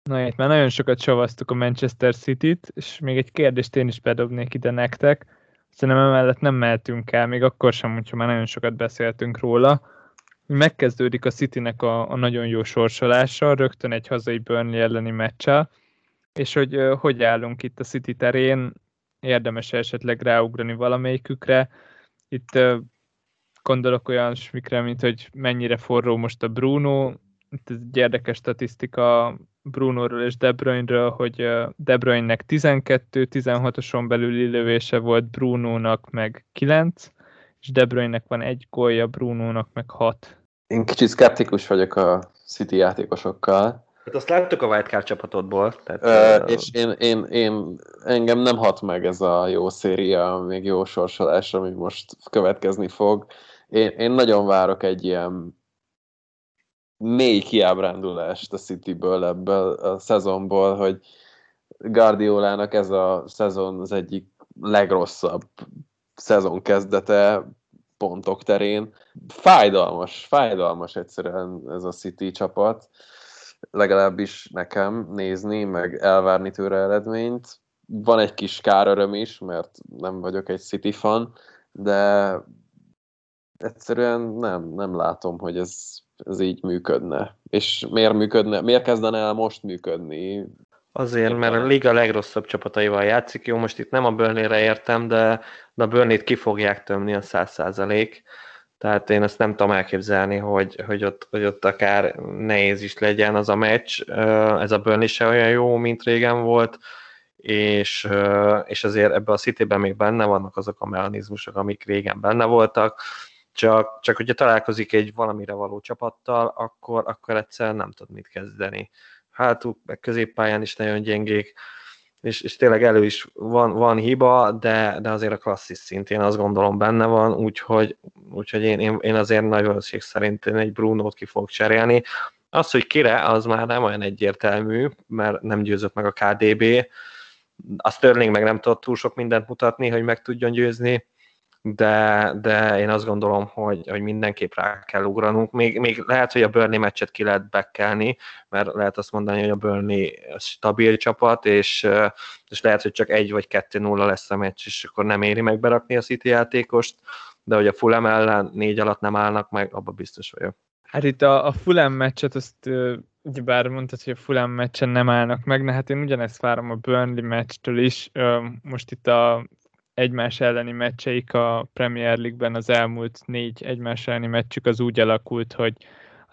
Na, itt már nagyon sokat savaztuk a Manchester City-t, és még egy kérdést én is bedobnék ide nektek. Szerintem emellett nem mehetünk el, még akkor sem, hogyha már nagyon sokat beszéltünk róla. Megkezdődik a Citynek a nagyon jó sorsolása, rögtön egy hazai Burnley elleni meccsel, és hogy állunk itt a City terén, érdemes esetleg ráugrani valamelyikükre. Itt gondolok olyan smikre, mint hogy mennyire forró most a Bruno. Itt egy érdekes statisztika Brunoról és De Bruyne-ről, hogy De Bruyne-nek 12-16-oson belüli lövése volt, Brunónak meg 9, és De Bruyne-nek van egy gólja, Brunónak meg 6. Én kicsit szkeptikus vagyok a City játékosokkal. Hát azt láttuk a Wildcard csapatodból. Tehát, és engem nem hat meg ez a jó széria, még jó sorsolás, ami most következni fog. Én nagyon várok egy ilyen mély kiábrándulást a Cityből, ebből a szezonból, hogy Guardiolának ez a szezon az egyik legrosszabb szezon kezdete pontok terén. Fájdalmas egyszerűen ez a City csapat, legalábbis nekem nézni, meg elvárni tőle eredményt. Van egy kis káröröm is, mert nem vagyok egy City fan, de egyszerűen nem látom, hogy ez így működne. És miért működne? Miért kezdene el most működni? Azért, mert a liga legrosszabb csapataival játszik. Jó, most itt nem a Burnley-re értem, de a Burnley-t ki fogják tömni a 100%. Tehát én ezt nem tudom elképzelni, hogy ott akár nehéz is legyen az a meccs. Ez a Burnley se olyan jó, mint régen volt, és azért ebben a Cityben még benne vannak azok a mechanizmusok, amik régen benne voltak. Csak hogyha találkozik egy valamire való csapattal, akkor egyszerűen nem tud mit kezdeni. Hátul, meg középpályán is nagyon gyengék, és tényleg elő is van hiba, de azért a klasszis szintén azt gondolom benne van, úgyhogy én azért nagy valószínűség szerint egy Brunót ki fog cserélni. Az, hogy kire, az már nem olyan egyértelmű, mert nem győzött meg a KDB. A Sterling meg nem tudott túl sok mindent mutatni, hogy meg tudjon győzni, de én azt gondolom, hogy mindenképp rá kell ugranunk. Még lehet, hogy a Burnley meccset ki lehet bekkelni, mert lehet azt mondani, hogy a Burnley stabil csapat, és lehet, hogy csak 1 vagy 2-0 lesz a meccs, és akkor nem éri meg berakni a City játékost, de hogy a Fulham ellen 4 alatt nem állnak meg, abban biztos vagyok. Hát itt a Fulham meccset, azt ugyebár mondtad, hogy a Fulham meccsen nem állnak meg, de hát én ugyanezt várom a Burnley meccstől is. Most itt a egymás elleni meccseik a Premier League-ben, az elmúlt 4 egymás elleni meccsük az úgy alakult, hogy a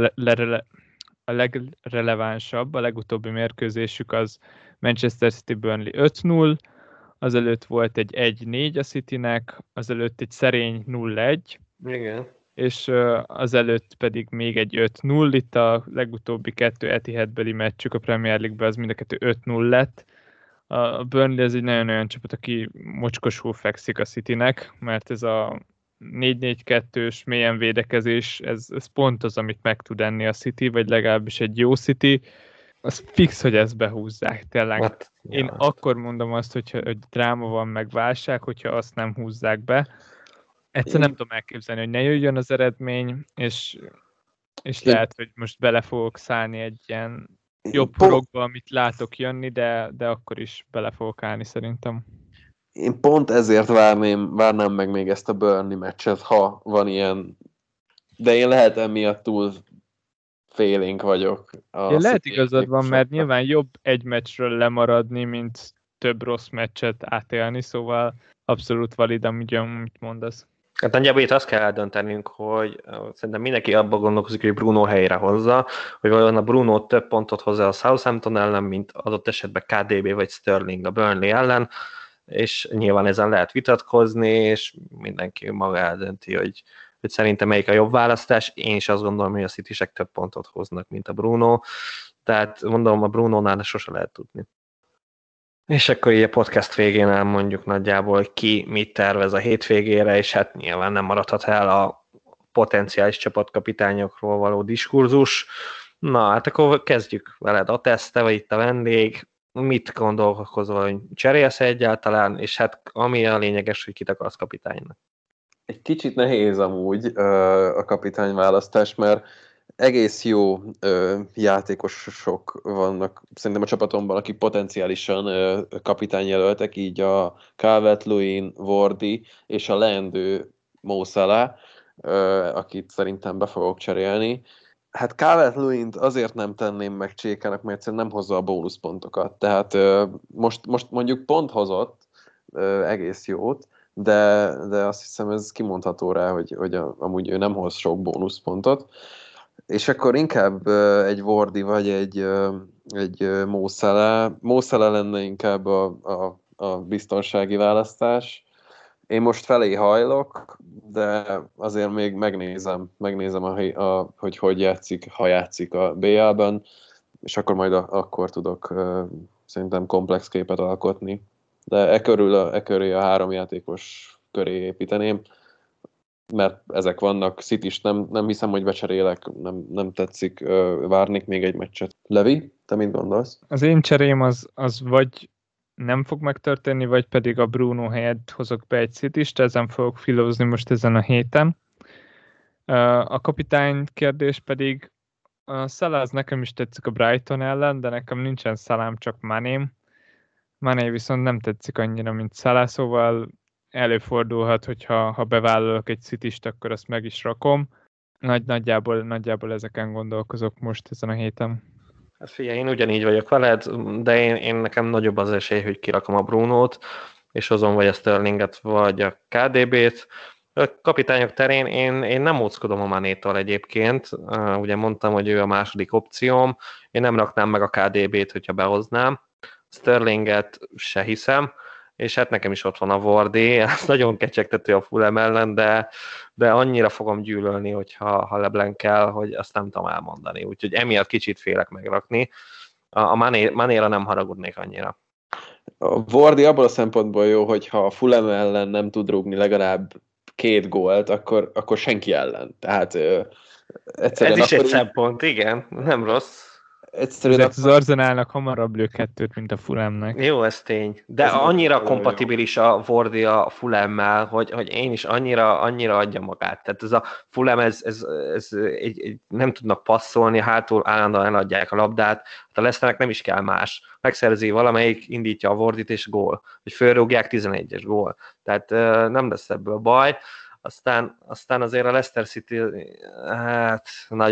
legrelevánsabb, a legutóbbi mérkőzésük az Manchester City Burnley 5-0, azelőtt volt egy 1-4 a Citynek, azelőtt egy szerény 0-1, igen, és azelőtt pedig még egy 5-0, itt a legutóbbi 2 Etihadbeli meccsük a Premier League-ben az mind a 2 5-0 lett. A Burnley ez egy nagyon olyan csapat, aki mocskosul fekszik a Citynek, mert ez a 4-4-2-s mélyen védekezés, ez pont az, amit meg tud enni a City, vagy legalábbis egy jó City. Az fix, hogy ezt behúzzák, tényleg. Hát, én akkor mondom azt, hogy dráma van, meg válság, hogyha azt nem húzzák be. Egyszer nem tudom elképzelni, hogy ne jöjjön az eredmény, és lehet, hogy most bele fogok szállni egy ilyen jobb progba, amit látok jönni, de akkor is bele fogok állni szerintem. Én pont ezért várnám meg még ezt a Burnley meccset, ha van ilyen, de én lehet emiatt túl félénk vagyok. Lehet igazad van, mert nyilván jobb egy meccsről lemaradni, mint több rossz meccset átélni, szóval abszolút valid, amit mondasz. Hát nagyjából itt azt kell eldöntenünk, hogy szerintem mindenki abban gondolkozik, hogy Bruno helyre hozza, hogy vajon a Bruno több pontot hozza a Southampton ellen, mint adott esetben KDB vagy Sterling a Burnley ellen, és nyilván ezen lehet vitatkozni, és mindenki maga eldönti, hogy szerintem melyik a jobb választás. Én is azt gondolom, hogy a Citysek több pontot hoznak, mint a Bruno, tehát mondom, a Brunónál sose lehet tudni. És akkor így a podcast végén elmondjuk nagyjából, hogy ki mit tervez a hétvégére, és hát nyilván nem maradhat el a potenciális csapatkapitányokról való diskurzus. Na, hát akkor kezdjük veled. A te vagy itt a vendég, mit gondolkozol, hogy cserélsz egyáltalán, és hát ami a lényeges, hogy kit akarsz kapitánynak. Egy kicsit nehéz amúgy a kapitányválasztás, mert egész jó játékosok vannak szerintem a csapatomban, akik potenciálisan kapitányjelöltek, így a Calvert-Lewin, Wardy és a leendő Mo Salah, akit szerintem be fogok cserélni. Hát Calvert-Lewint azért nem tenném meg Csékának, mert egyszerűen nem hozza a bónuszpontokat. Tehát most mondjuk pont hozott egész jót, de azt hiszem ez kimondható rá, hogy amúgy ő nem hoz sok bónuszpontot. És akkor inkább egy Wardy vagy egy Mo Salah. Mo Salah lenne inkább a biztonsági választás. Én most felé hajlok, de azért még megnézem hogy játszik, ha játszik a BL-ben, és akkor majd akkor tudok szerintem komplex képet alkotni. De e körül a 3 játékos köré építeném, mert ezek vannak. City-s nem hiszem, hogy becserélek, nem tetszik, várnék még egy meccset. Levi, te mit gondolsz? Az én cserém az vagy nem fog megtörténni, vagy pedig a Bruno helyett hozok be egy City-st, ezen fogok filózni most ezen a héten. A kapitány kérdés pedig a Salah nekem is tetszik a Brighton ellen, de nekem nincsen Salám, csak Maném. Mané viszont nem tetszik annyira, mint Salah, szóval előfordulhat, hogyha bevállalok egy City-st, akkor azt meg is rakom. Nagyjából ezeken gondolkozok most ezen a héten. Hát figyelj, én ugyanígy vagyok veled, de én nekem nagyobb az esély, hogy kirakom a Brunót, és hozom vagy a Sterlinget, vagy a KDB-t. A kapitányok terén én nem óckodom a Manétól egyébként. Ugye mondtam, hogy ő a második opcióm. Én nem raknám meg a KDB-t, hogyha behoznám. Sterlinget se hiszem, és hát nekem is ott van a Wardy, ez nagyon kecsegtető a Fulham ellen, de annyira fogom gyűlölni, ha LeBlanc kell, hogy azt nem tudom elmondani. Úgyhogy emiatt kicsit félek megrakni. A Manéra nem haragudnék annyira. A Wardy abból a szempontból jó, hogy ha a Fulham ellen nem tud rúgni legalább 2 gólt, akkor senki ellen. Tehát egyszerűen ez is egy szempont, igen, nem rossz. Egyszerűen az Arsenalnak hamarabb lő 2-t, mint a Fulhamnek. Jó, ez tény. De ez annyira kompatibilis a Wardy a Fulhammel, hogy én is annyira adja magát. Tehát ez a Fulham, ez nem tudnak passzolni, hátul állandóan eladják a labdát. Hát a Leicesternek nem is kell más. Megszerzi valamelyik, indítja a Wardyt és gól. Hogy fölrúgják, 11-es gól. Tehát nem lesz ebből baj. Aztán azért a Leicester City, hát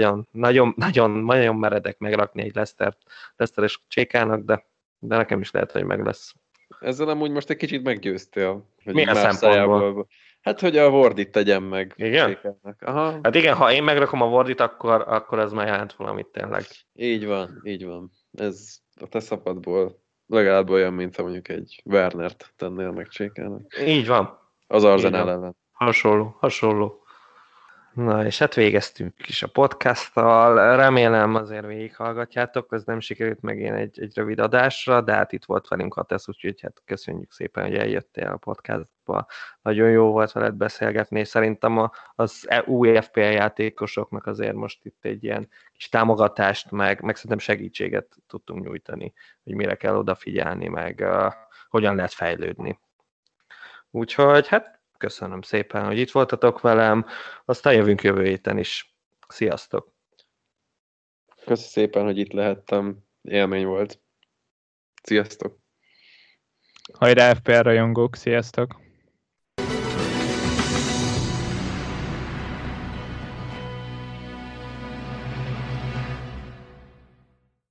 nagyon meredek megrakni egy Leicester-es Csékának, de nekem is lehet, hogy meg lesz. Ezzel amúgy most egy kicsit meggyőztél. Milyen szempontból? Hát, hogy a Wardyt tegyem meg. Igen? Csékának. Aha. Hát igen, ha én megrakom a Wardyt, akkor ez már jelent valamit tényleg. Így van. Ez a te szabadból legalább olyan, mint ha mondjuk egy Wernert tennél meg Csékának. Így van. Az Arsenal ellen. Hasonló. Na, és hát végeztünk is a podcasttal. Remélem azért végighallgatjátok, ez nem sikerült meg én egy rövid adásra, de hát itt volt velünk Atesz, úgyhogy hát köszönjük szépen, hogy eljöttél a podcastba. Nagyon jó volt veled beszélgetni, és szerintem az új FPL játékosoknak azért most itt egy ilyen kis támogatást, meg szerintem segítséget tudtunk nyújtani, hogy mire kell odafigyelni, meg hogyan lehet fejlődni. Úgyhogy hát köszönöm szépen, hogy itt voltatok velem, aztán jövünk jövő héten is. Sziasztok! Köszönöm szépen, hogy itt lehettem. Élmény volt. Sziasztok! Hajrá FPL rajongók, sziasztok!